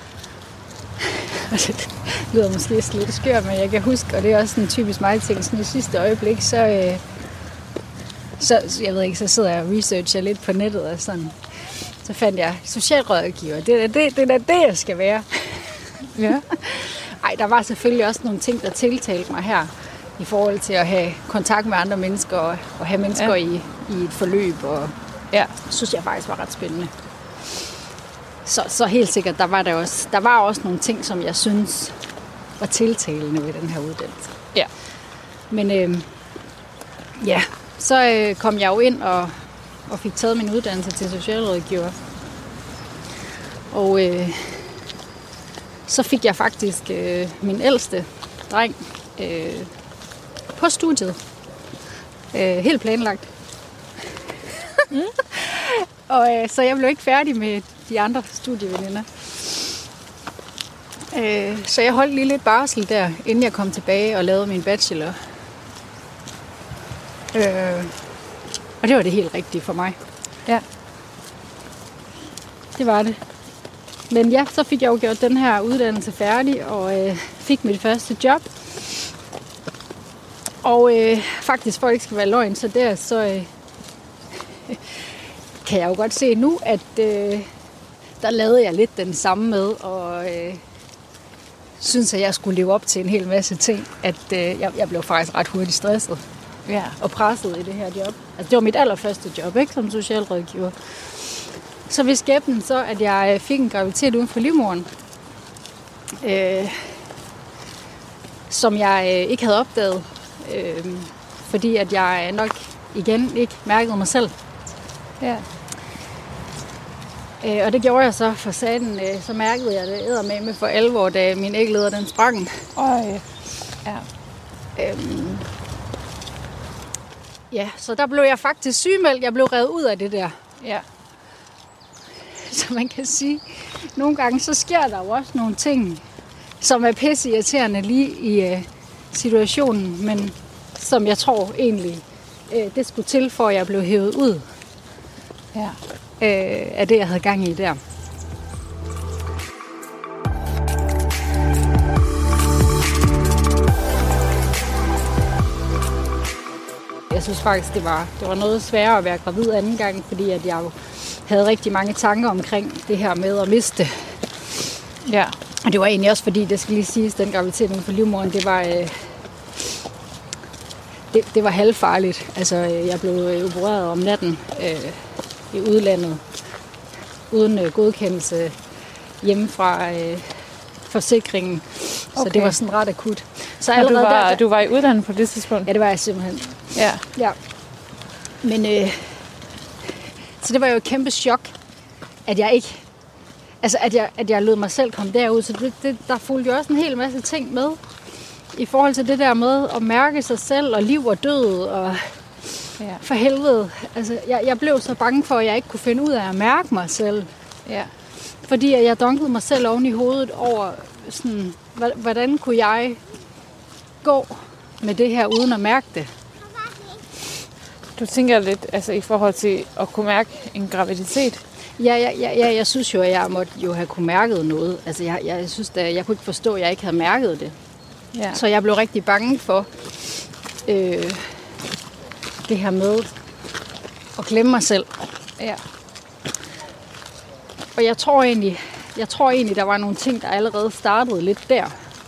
Det lyder måske lidt skør, men jeg kan huske, og det er også en typisk mig ting, sådan i sidste øjeblik, så, øh, så jeg ved ikke, så sidder jeg og researcher lidt på nettet, og sådan, så fandt jeg socialrådgiver. Det er det, det, er det, jeg skal være. Ja. Ej, der var selvfølgelig også nogle ting, der tiltalte mig her. i forhold til at have kontakt med andre mennesker og, og have mennesker ja. i, i et forløb. Og ja. synes jeg faktisk var ret spændende. Så, så helt sikkert, der var, der, også, der var også nogle ting, som jeg synes var tiltalende ved den her uddannelse. Ja. Men øh, ja, så øh, kom jeg jo ind og, og fik taget min uddannelse til socialrådgiver. Og øh, så fik jeg faktisk øh, min ældste dreng øh, på studiet. Øh, helt planlagt. Mm. og øh, så jeg blev ikke færdig med de andre studieveninder. Øh, så jeg holdt lige lidt barsel der, inden jeg kom tilbage og lavede min bachelor. Øh, og det var det helt rigtige for mig. Ja. Det var det. Men ja, så fik jeg jo gjort den her uddannelse færdig, og øh, fik mit første job. Og øh, faktisk, for at det ikke skal være løgn, så der, så øh, kan jeg jo godt se nu, at øh, der lavede jeg lidt den samme med, og øh, synes, at jeg skulle leve op til en hel masse ting, at øh, jeg, jeg blev faktisk ret hurtigt stresset ja. og presset i det her job. Altså, det var mit allerførste job, ikke, som socialrådgiver. Så vi skæbnen så, at jeg fik en graviditet uden for livmoderen, øh, som jeg øh, ikke havde opdaget, øh, fordi at jeg nok igen ikke mærkede mig selv. Ja. Øh, og det gjorde jeg så for satan, øh, så mærkede jeg det eddermame for alvor, da min ægleder den sprang. Øj. Ja. Øhm, ja, så der blev jeg faktisk sygemeldt. Jeg blev revet ud af det der. Ja. Så man kan sige, nogle gange så sker der jo også nogle ting, som er pisseirriterende lige i uh, situationen, men som jeg tror egentlig, uh, det skulle til, for at jeg blev hævet ud ja. uh, af det, jeg havde gang i der. Jeg synes faktisk, det var, det var noget sværere at være gravid anden gang, fordi at jeg jo havde rigtig mange tanker omkring det her med at miste. Ja. Og det var egentlig også fordi, det skal lige siges, den graviditet for livmoderen, det var, øh, det, det var halvfarligt. Altså, jeg blev opereret om natten øh, i udlandet, uden øh, godkendelse hjemme fra øh, forsikringen. Okay. Så det var sådan ret akut. Så allerede du, var, der, du var i udlandet på det tidspunkt? Ja, det var jeg simpelthen. Ja. Ja. Men øh, så det var jo et kæmpe chok, at jeg ikke, altså at jeg, at jeg lod mig selv komme derud. Så det, det, der fulgte jo også en hel masse ting med, i forhold til det der med at mærke sig selv, og liv og død, og ja. For helvede. Altså, jeg, jeg blev så bange for, at jeg ikke kunne finde ud af at mærke mig selv. Ja. Fordi jeg dunkede mig selv oven i hovedet over, sådan, hvordan kunne jeg gå med det her, uden at mærke det. Du tænker lidt altså, i forhold til at kunne mærke en graviditet? Ja, ja, ja, ja, jeg synes jo, at jeg måtte jo have kunne mærket noget. Altså, jeg, jeg synes, at jeg kunne ikke forstå, at jeg ikke havde mærket det. Ja. Så jeg blev rigtig bange for øh, det her med at glemme mig selv. Ja. Og jeg tror egentlig, jeg tror egentlig, der var nogle ting, der allerede startede lidt der.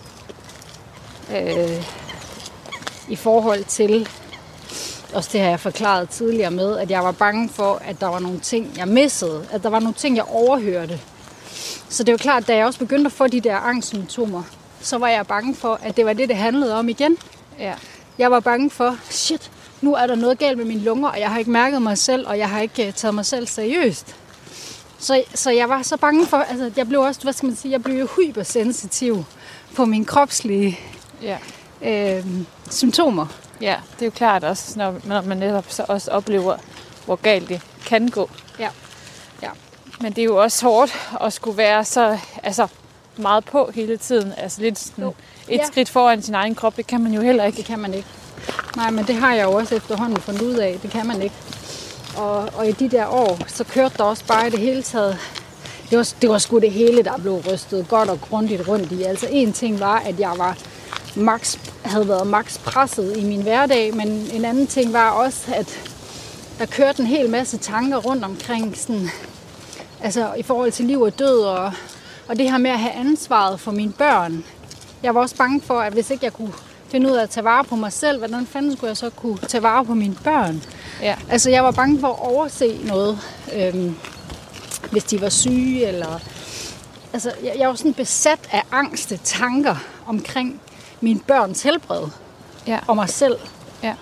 Øh, I forhold til, også det har jeg forklaret tidligere med, at jeg var bange for, at der var nogle ting, jeg missede. At der var nogle ting, jeg overhørte. Så det er jo klart, da jeg også begyndte at få de der angstsymptomer, så var jeg bange for, at det var det, det handlede om igen. Ja. Jeg var bange for, shit, nu er der noget galt med mine lunger, og jeg har ikke mærket mig selv, og jeg har ikke taget mig selv seriøst. Så, så jeg var så bange for, altså jeg blev også, hvad skal man sige, jeg blev jo hypersensitiv på mine kropslige ja. øh, symptomer. Ja, det er jo klart også, når, når man netop så også oplever, hvor galt det kan gå. Ja. Ja. Men det er jo også hårdt at skulle være så altså, meget på hele tiden. Altså lidt sådan et ja. skridt foran sin egen krop, det kan man jo heller ikke. Det kan man ikke. Nej, men det har jeg jo også efterhånden fundet ud af. Det kan man ikke. Og, og i de der år, så kørte der også bare i det hele taget. Det var, det var sgu det hele, der blev rystet godt og grundigt rundt i. Altså en ting var, at jeg var max, havde været max presset i min hverdag, men en anden ting var også, at der kørte en hel masse tanker rundt omkring, sådan, altså i forhold til liv og død, og, og det her med at have ansvaret for mine børn. Jeg var også bange for, at hvis ikke jeg kunne finde ud af at tage vare på mig selv. Hvordan fanden skulle jeg så kunne tage vare på mine børn? Ja. Altså, jeg var bange for at overse noget, øhm, hvis de var syge, eller... Altså, jeg, jeg var sådan besat af angste tanker omkring mine børns helbred. Ja. Og mig selv. Ja.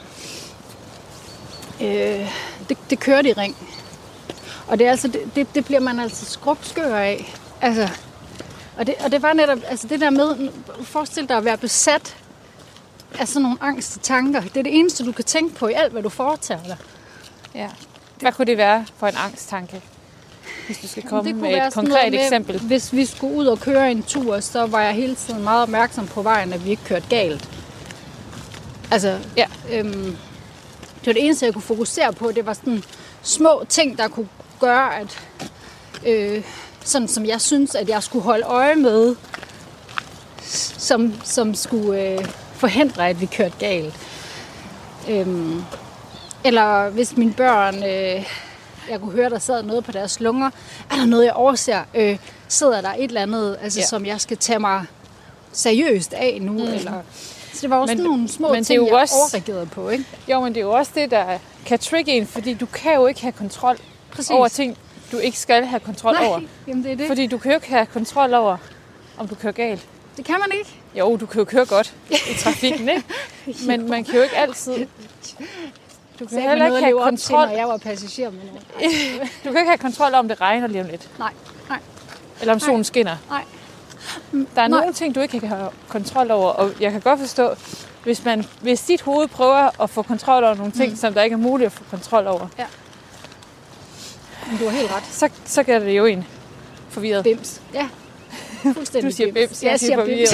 Øh, det, det kørte i ring. Og det, er altså, det, det, det bliver man altså skrubskør af. Altså, og, det, og det var netop altså det der med, forestil dig at være besat af sådan nogle angste tanker. Det er det eneste, du kan tænke på i alt, hvad du foretager dig. Ja. Hvad kunne det være for en angsttanke? Hvis du skal komme med et konkret med, eksempel. Hvis vi skulle ud og køre en tur, så var jeg hele tiden meget opmærksom på vejen, at vi ikke kørte galt. Altså, ja. øhm, det var det eneste, jeg kunne fokusere på. Det var sådan små ting, der kunne gøre, at øh, sådan som jeg synes, at jeg skulle holde øje med, som, som skulle øh, forhindre, at vi kørte galt. Øhm, eller hvis mine børn, øh, jeg kunne høre, der sad noget på deres lunger, er der noget, jeg overser? Øh, sidder der et eller andet, altså, ja. som jeg skal tage mig seriøst af nu? Mm. Eller, så det var også men, nogle små ting, jeg også overreagerede på, ikke? Jo, men det er jo også det, der kan trigge en, fordi du kan jo ikke have kontrol Præcis. over ting, du ikke skal have kontrol Nej, over. Jamen det er det. Fordi du kan jo ikke have kontrol over, om du kører galt. Det kan man ikke. Jo, du kan jo køre godt i trafikken, ikke? Men man kan jo ikke altid... Du kan heller ikke have kontrol... Til, når jeg var passager med nogen. Du kan ikke have kontrol om det regner lige om lidt. Nej, nej. Eller om solen skinner. Nej. Der er nej. nogle ting, du ikke kan have kontrol over, og jeg kan godt forstå, hvis, man, hvis dit hoved prøver at få kontrol over nogle ting, mm. som der ikke er muligt at få kontrol over. Ja. Men du har helt ret. Så, så gør det jo en forvirret. Bims. Ja. Du siger bims, bims. jeg, jeg siger forvirret.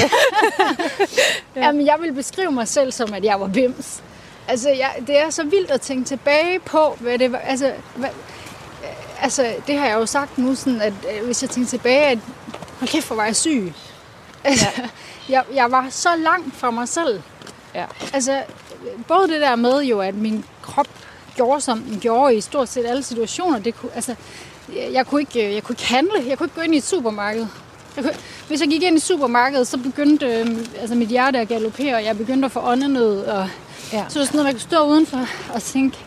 ja. Jamen, jeg vil beskrive mig selv som, at jeg var bims. Altså, jeg, det er så vildt at tænke tilbage på, hvad det var. Altså, hvad, altså det har jeg jo sagt nu, sådan, at øh, hvis jeg tænker tilbage, at hold kæft, hvor var jeg syg. Altså, ja. jeg, jeg var så langt fra mig selv. Ja. Altså, både det der med jo, at min krop gjorde, som den gjorde i stort set alle situationer. Det kunne, altså, jeg, jeg, kunne ikke, jeg kunne ikke handle. Jeg kunne ikke gå ind i et supermarked. Jeg kunne, hvis jeg gik ind i supermarkedet, så begyndte øh, altså mit hjerte at galopere, og jeg begyndte at få åndenød. Og, ja. Så det var sådan noget, man kunne stå udenfor og tænke,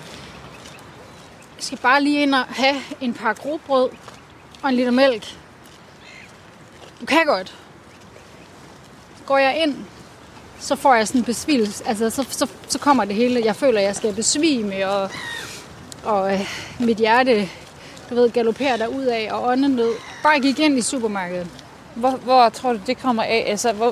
jeg skal bare lige ind og have en par grobrød og en liter mælk. Du kan godt. Går jeg ind, så får jeg sådan en besvimelse. Altså, så, så, så kommer det hele. Jeg føler, at jeg skal besvime, og, og øh, mit hjerte, du ved, galopperer derudad, og åndenød. Bare jeg gik ind i supermarkedet. Hvor, hvor tror du, det kommer af? Altså, hvor...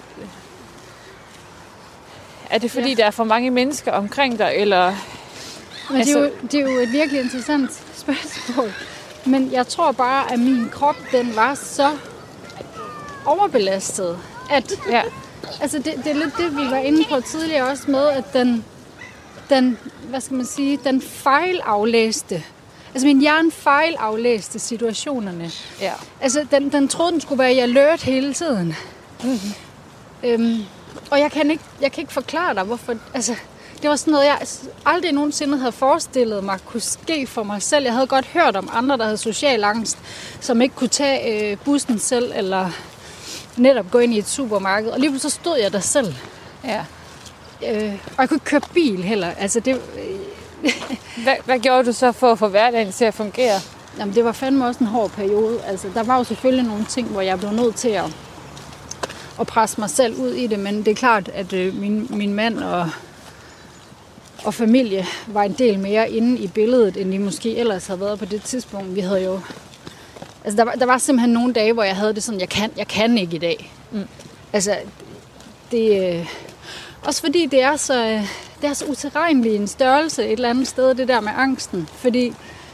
Er det fordi, ja. der er for mange mennesker omkring dig, eller... Men altså... det, er jo, det er jo et virkelig interessant spørgsmål. Men jeg tror bare, at min krop, den var så overbelastet, at... Ja. Altså, det, det er lidt det, vi var inde på tidligere også med, at den, den hvad skal man sige, den fejlaflæste. Altså, min hjerne fejlaflæste situationerne. Ja. Altså, den, den troede, den skulle være i alert hele tiden. Mm-hmm. Øhm, og jeg kan, ikke, jeg kan ikke forklare dig, hvorfor... Altså, det var sådan noget, jeg aldrig nogensinde havde forestillet mig kunne ske for mig selv. Jeg havde godt hørt om andre, der havde social angst, som ikke kunne tage øh, bussen selv, eller netop gå ind i et supermarked. Og lige pludselig så stod jeg der selv. Ja. Øh, og jeg kunne ikke køre bil heller. Altså, det... Øh, hvad, hvad gjorde du så for at få hverdagen til at fungere? Jamen, det var fandme også en hård periode. Altså, der var jo selvfølgelig nogle ting, hvor jeg blev nødt til at, at presse mig selv ud i det. Men det er klart, at øh, min, min mand og... og familie var en del mere inde i billedet, end de måske ellers havde været på det tidspunkt. Vi havde jo... Altså, der var, der var simpelthen nogle dage, hvor jeg havde det sådan, jeg kan, jeg kan ikke i dag. Mm. Altså, det... Øh, også fordi det er så, det er så utilregnelig en størrelse et eller andet sted, det der med angsten. Fordi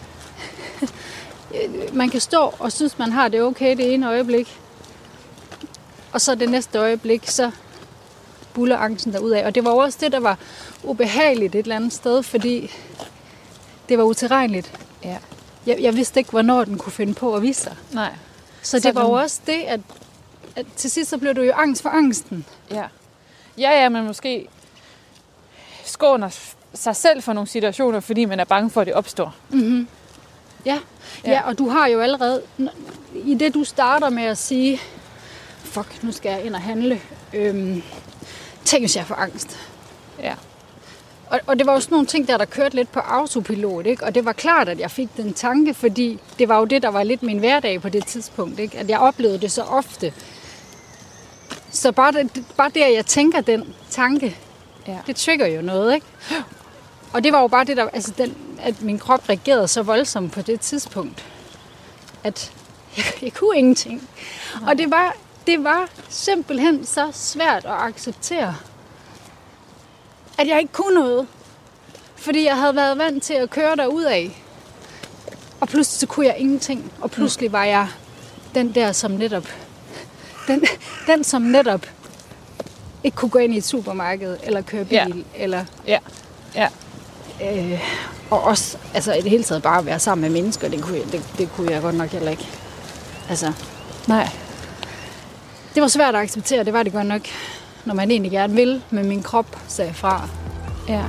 man kan stå og synes, man har det okay det ene øjeblik. Og så det næste øjeblik, så buller angsten derudad. Og det var også det, der var ubehageligt et eller andet sted, fordi det var utilregneligt. Ja. Jeg, jeg vidste ikke, hvornår den kunne finde på at vise sig. Nej. Så det så var jo også det, at, at til sidst så blev du jo angst for angsten. Ja. Ja, ja, men måske skåner sig selv for nogle situationer, fordi man er bange for, at det opstår. Mm-hmm. Ja. Ja. Ja, og du har jo allerede, i det du starter med at sige, fuck, nu skal jeg ind og handle. Øhm, tænk, hvis jeg får angst. Ja. Og, og det var jo sådan nogle ting, der, der kørte lidt på autopilot, ikke? Og det var klart, at jeg fik den tanke, fordi det var jo det, der var lidt min hverdag på det tidspunkt, ikke? At jeg oplevede det så ofte. Så bare, det, bare det, at jeg tænker den tanke, ja. Det trigger jo noget, ikke? Og det var jo bare det, der, altså den, at min krop reagerede så voldsomt på det tidspunkt, at jeg, jeg kunne ingenting. Nej. Og det var, det var simpelthen så svært at acceptere, at jeg ikke kunne noget. Fordi jeg havde været vant til at køre derudad. Og pludselig så kunne jeg ingenting. Og pludselig var jeg den der, som netop... Den, den som netop ikke kunne gå ind i et supermarked, eller køre bil, ja. eller... Ja, ja. Øh, og også, altså i det hele taget bare være sammen med mennesker, det kunne jeg, det, det kunne jeg godt nok heller ikke. Altså, nej. Det var svært at acceptere, det var det godt nok, når man egentlig gerne vil, men min krop sagde fra. Ja.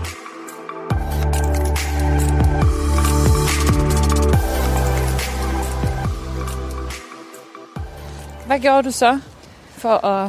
Hvad gjorde du så for at...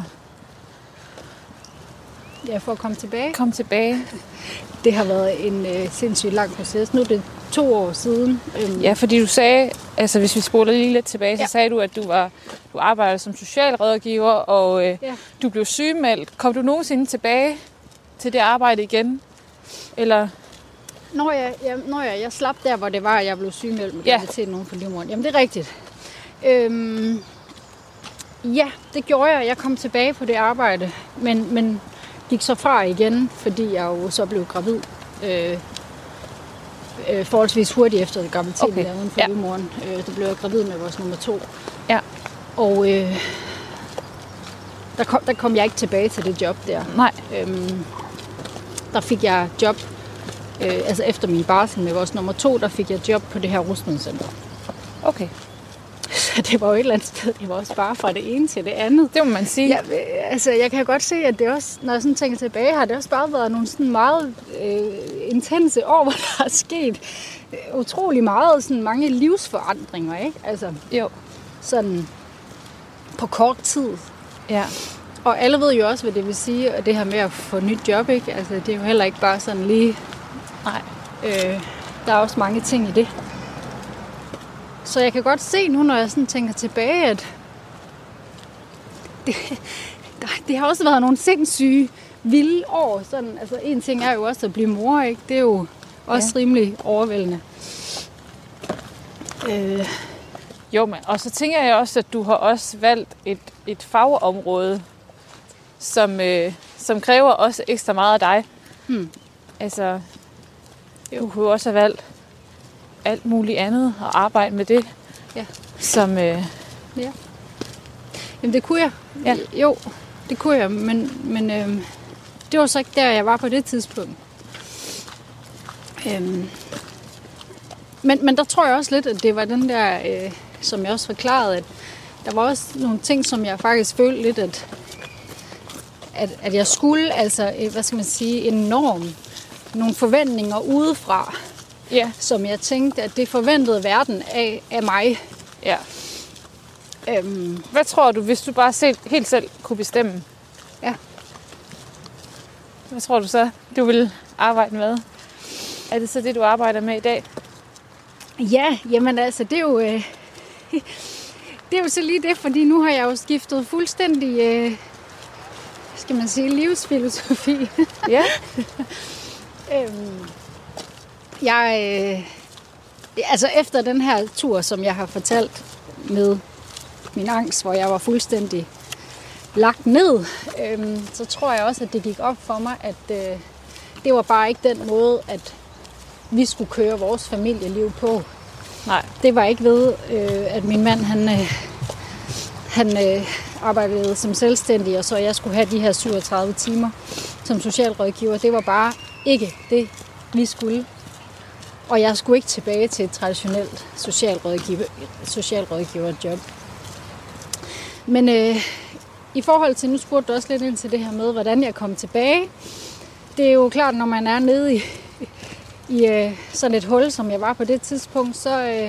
Ja, for at komme tilbage? Komme tilbage. Det har været en øh, sindssygt lang proces. Nu er det to år siden. Øhm. Ja, fordi du sagde, altså hvis vi spoler lige lidt tilbage, så ja. sagde du, at du var du arbejdede som socialrådgiver, og øh, ja. du blev sygemeldt. Kom du nogensinde tilbage til det arbejde igen? Eller... Når jeg, jeg, når jeg, jeg slap der, hvor det var, at jeg blev sygemeldt med ja. graviditet nogen for livmoderen. Jamen, det er rigtigt. Øhm, ja, det gjorde jeg. Jeg kom tilbage på det arbejde, men, men gik så fra igen, fordi jeg jo så blev gravid. Øh, øh, forholdsvis hurtigt efter graviditeten okay. der uden for ja. livmoderen. Øh, der blev jeg gravid med vores nummer to. Ja. Og øh, der, kom, der kom jeg ikke tilbage til det job der. Nej. Øhm, der fik jeg job, øh, altså efter min barsel med vores nummer to, der fik jeg job på det her rusmiddelcenter. Okay. Så det var jo et eller andet sted, det var også bare fra det ene til det andet. Det må man sige. Ja, altså jeg kan godt se, at det også, når jeg sådan tænker tilbage, har det også bare været nogle sådan meget øh, intense år, hvor der er sket øh, utrolig meget, sådan mange livsforandringer, ikke? Altså, jo. Sådan på kort tid. Ja. Og alle ved jo også, hvad det vil sige, at det her med at få nyt job, ikke? Altså det er jo heller ikke bare sådan lige... Nej. Øh, der er også mange ting i det. Så jeg kan godt se nu, når jeg sådan tænker tilbage, at det, det har også været nogle sindssyge, vilde år. Sådan, altså en ting er jo også at blive mor, ikke? Det er jo også ja. rimelig overvældende. Øh. Jo, men og så tænker jeg også, at du har også valgt et, et fagområde, som, øh, som kræver også ekstra meget af dig. Hmm. Altså, jo. Du kunne også have valgt alt muligt andet og arbejde med det, ja. som... Øh... Ja. Jamen, det kunne jeg. Ja. Jo, det kunne jeg, men, men øh, det var så ikke der, jeg var på det tidspunkt. Øhm. Men, men der tror jeg også lidt, at det var den der, øh, som jeg også forklarede, at der var også nogle ting, som jeg faktisk følte lidt, at, at, at jeg skulle, altså, hvad skal man sige, en norm, nogle forventninger udefra, ja. som jeg tænkte, at det forventede verden af, af mig. Ja. Øhm. Hvad tror du, hvis du bare selv, helt selv kunne bestemme? Ja. Hvad tror du så, du vil arbejde med? Er det så det, du arbejder med i dag? Ja, jamen altså, det er jo, øh, det er jo så lige det, fordi nu har jeg jo skiftet fuldstændig, øh, skal man sige, livsfilosofi. Ja. øhm, jeg, øh, altså efter den her tur, som jeg har fortalt med min angst, hvor jeg var fuldstændig lagt ned, øh, så tror jeg også, at det gik op for mig, at øh, det var bare ikke den måde, at vi skulle køre vores familieliv på. Nej. Det var ikke ved, øh, at min mand, han, øh, han øh, arbejdede som selvstændig, og så jeg skulle have de her syvogtredive timer som socialrådgiver. Det var bare ikke det, vi skulle. Og jeg skulle ikke tilbage til et traditionelt socialrådgiver, socialrådgiverjob. Men øh, i forhold til, nu spurgte du også lidt ind til det her med, hvordan jeg kom tilbage. Det er jo klart, når man er nede i i øh, sådan et hul, som jeg var på det tidspunkt, så, øh,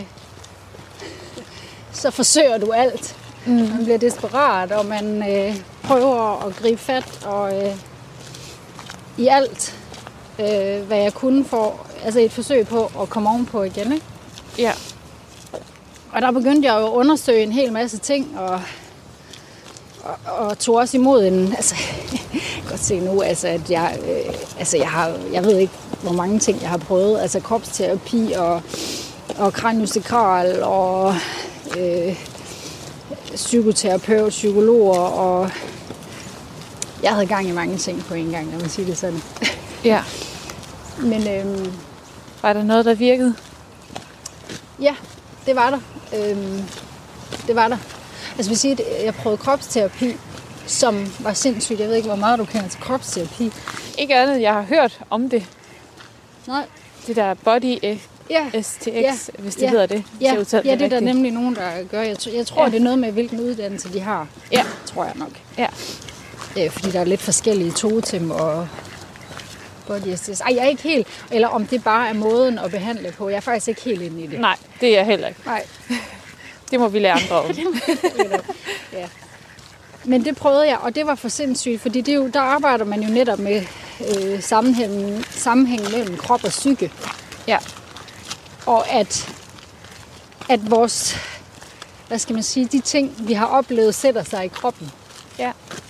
så forsøger du alt. Mm. Man bliver desperat, og man øh, prøver at gribe fat, og, øh, i alt, øh, hvad jeg kunne for, altså et forsøg på at komme ovenpå igen, ikke? Ja. Og der begyndte jeg jo at undersøge en hel masse ting, og, og, og tog også imod en, altså, jeg kan godt se nu, altså, at jeg, øh, altså, jeg har, jeg ved ikke, hvor mange ting jeg har prøvet, altså kropsterapi og, og kraniosakral og øh, psykoterapeut, psykologer, og jeg havde gang i mange ting på en gang, når man siger det sådan. Ja. Men øhm, var der noget, der virkede? Ja, det var der. Øhm, det var der. Altså vil sige, at jeg prøvede kropsterapi, som var sindssygt. Jeg ved ikke, hvor meget du kender til kropsterapi. Ikke andet, jeg har hørt om det. Nej. Det der body ja. S T X, ja. hvis det ja. hedder det. Ja, ja det, ja, det er der nemlig nogen, der gør. Jeg, t- jeg tror, ja. det er noget med, hvilken uddannelse de har. Ja. Tror jeg nok. Ja. Ja, fordi der er lidt forskellige totem og body S T X. Ej, jeg er ikke helt... Eller om det bare er måden at behandle på. Jeg er faktisk ikke helt inde i det. Nej, det er jeg heller ikke. Nej. Det må vi lære andre om. Ja. Men det prøvede jeg, og det var for sindssygt, fordi det er jo, der arbejder man jo netop med øh, sammenhæng, sammenhæng mellem krop og psyke. Ja. Og at, at vores, hvad skal man sige, de ting, vi har oplevet, sætter sig i kroppen. Ja.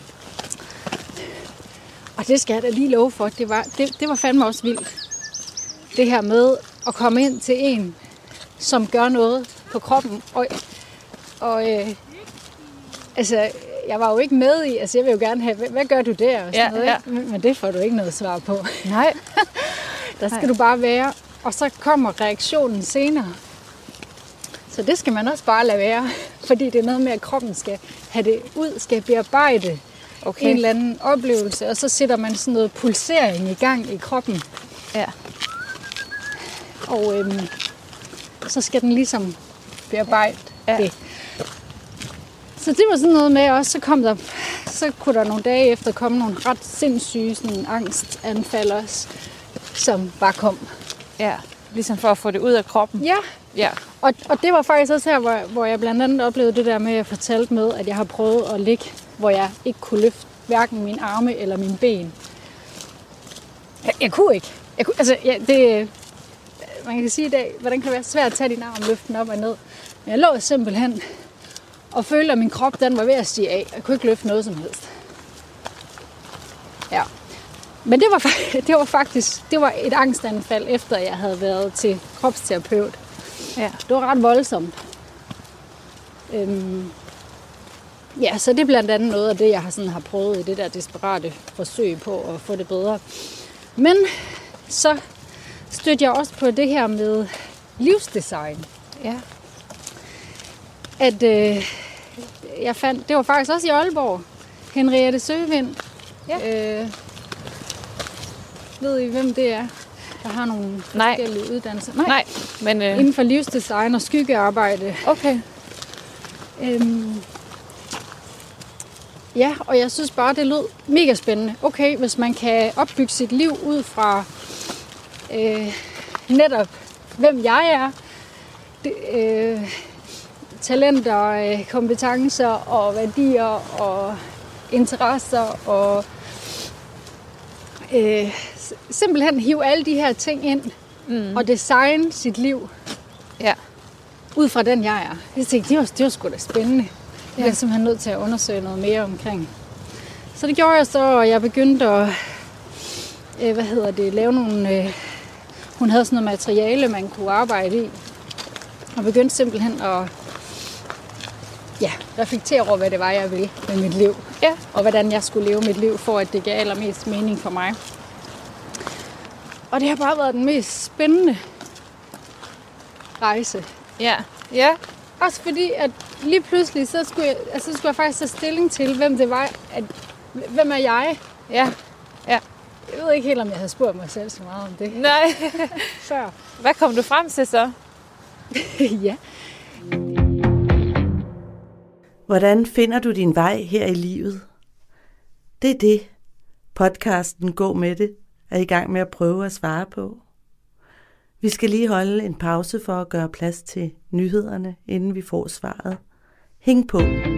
Og det skal jeg da lige love for, det var, det, det var fandme også vildt. Det her med at komme ind til en, som gør noget på kroppen. Og, og øh, altså, jeg var jo ikke med i, altså jeg vil jo gerne have, hvad, hvad gør du der? Og sådan ja, noget, ja. Men, men det får du ikke noget svar på. Nej. Der skal Nej. du bare være, og så kommer reaktionen senere. Så det skal man også bare lade være, fordi det er noget med, at kroppen skal have det ud, skal bearbejde okay. en eller anden oplevelse, og så sætter man sådan noget pulsering i gang i kroppen. Ja. Og øhm, så skal den ligesom bearbejde ja. det. Så det var sådan noget med også, så kom der, så kunne der nogle dage efter komme nogle ret sindssyge sådan angstanfald også, som bare kom. Ja, ligesom for at få det ud af kroppen. Ja, ja. Og, og det var faktisk også her, hvor, hvor jeg blandt andet oplevede det der med, at jeg fortalte med, at jeg har prøvet at ligge, hvor jeg ikke kunne løfte hverken mine arme eller mine ben. Jeg, jeg kunne ikke. Jeg kunne, altså, ja, det, man kan sige i dag, hvordan kan det være svært at tage din arm og løfte den op og ned. Men jeg lå simpelthen og følte, at min krop den var ved at stige af. Jeg kunne ikke løfte noget som helst. Ja. Men det var, det var faktisk det var et angstanfald, efter jeg havde været til kropsterapeut. Ja. Det var ret voldsomt. Øhm, ja, så det er blandt andet noget af det, jeg har, sådan, har prøvet i det der desperate forsøg på at få det bedre. Men så stødte jeg også på det her med livsdesign. Ja. At øh, jeg fandt, det var faktisk også i Aalborg, Henriette Søvind. Ja. Øh, ved I, hvem det er? Der har nogle forskellige Nej. uddannelser. Nej, Nej men... Øh... Inden for livsdesign og skyggearbejde. Okay. Øhm, ja, og jeg synes bare, det lød mega spændende. Okay, hvis man kan opbygge sit liv ud fra øh, netop, hvem jeg er, det, øh, talenter, øh, kompetencer og værdier og interesser og øh, simpelthen hive alle de her ting ind mm. og designe sit liv. Ja. Ud fra den, jeg er. Jeg tænkte, det var, det var sgu da spændende. Det ja. er jeg simpelthen nødt til at undersøge noget mere omkring. Så det gjorde jeg så, og jeg begyndte at øh, hvad hedder det, lave nogle... Øh, hun havde sådan noget materiale, man kunne arbejde i. Og begyndte simpelthen at ja, reflektere over, hvad det var, jeg ville med mit liv. Ja. Og hvordan jeg skulle leve mit liv, for at det gav allermest mening for mig. Og det har bare været den mest spændende rejse. Ja. Ja. Også fordi, at lige pludselig, så skulle jeg, altså, så skulle jeg faktisk tage stilling til, hvem det var. At, hvem er jeg? Ja. Ja. Jeg ved ikke helt, om jeg havde spurgt mig selv så meget om det. Nej. Før. Hvad kom du frem til så? Ja. Hvordan finder du din vej her i livet? Det er det, podcasten Gå med det er i gang med at prøve at svare på. Vi skal lige holde en pause for at gøre plads til nyhederne, inden vi får svaret. Hæng på!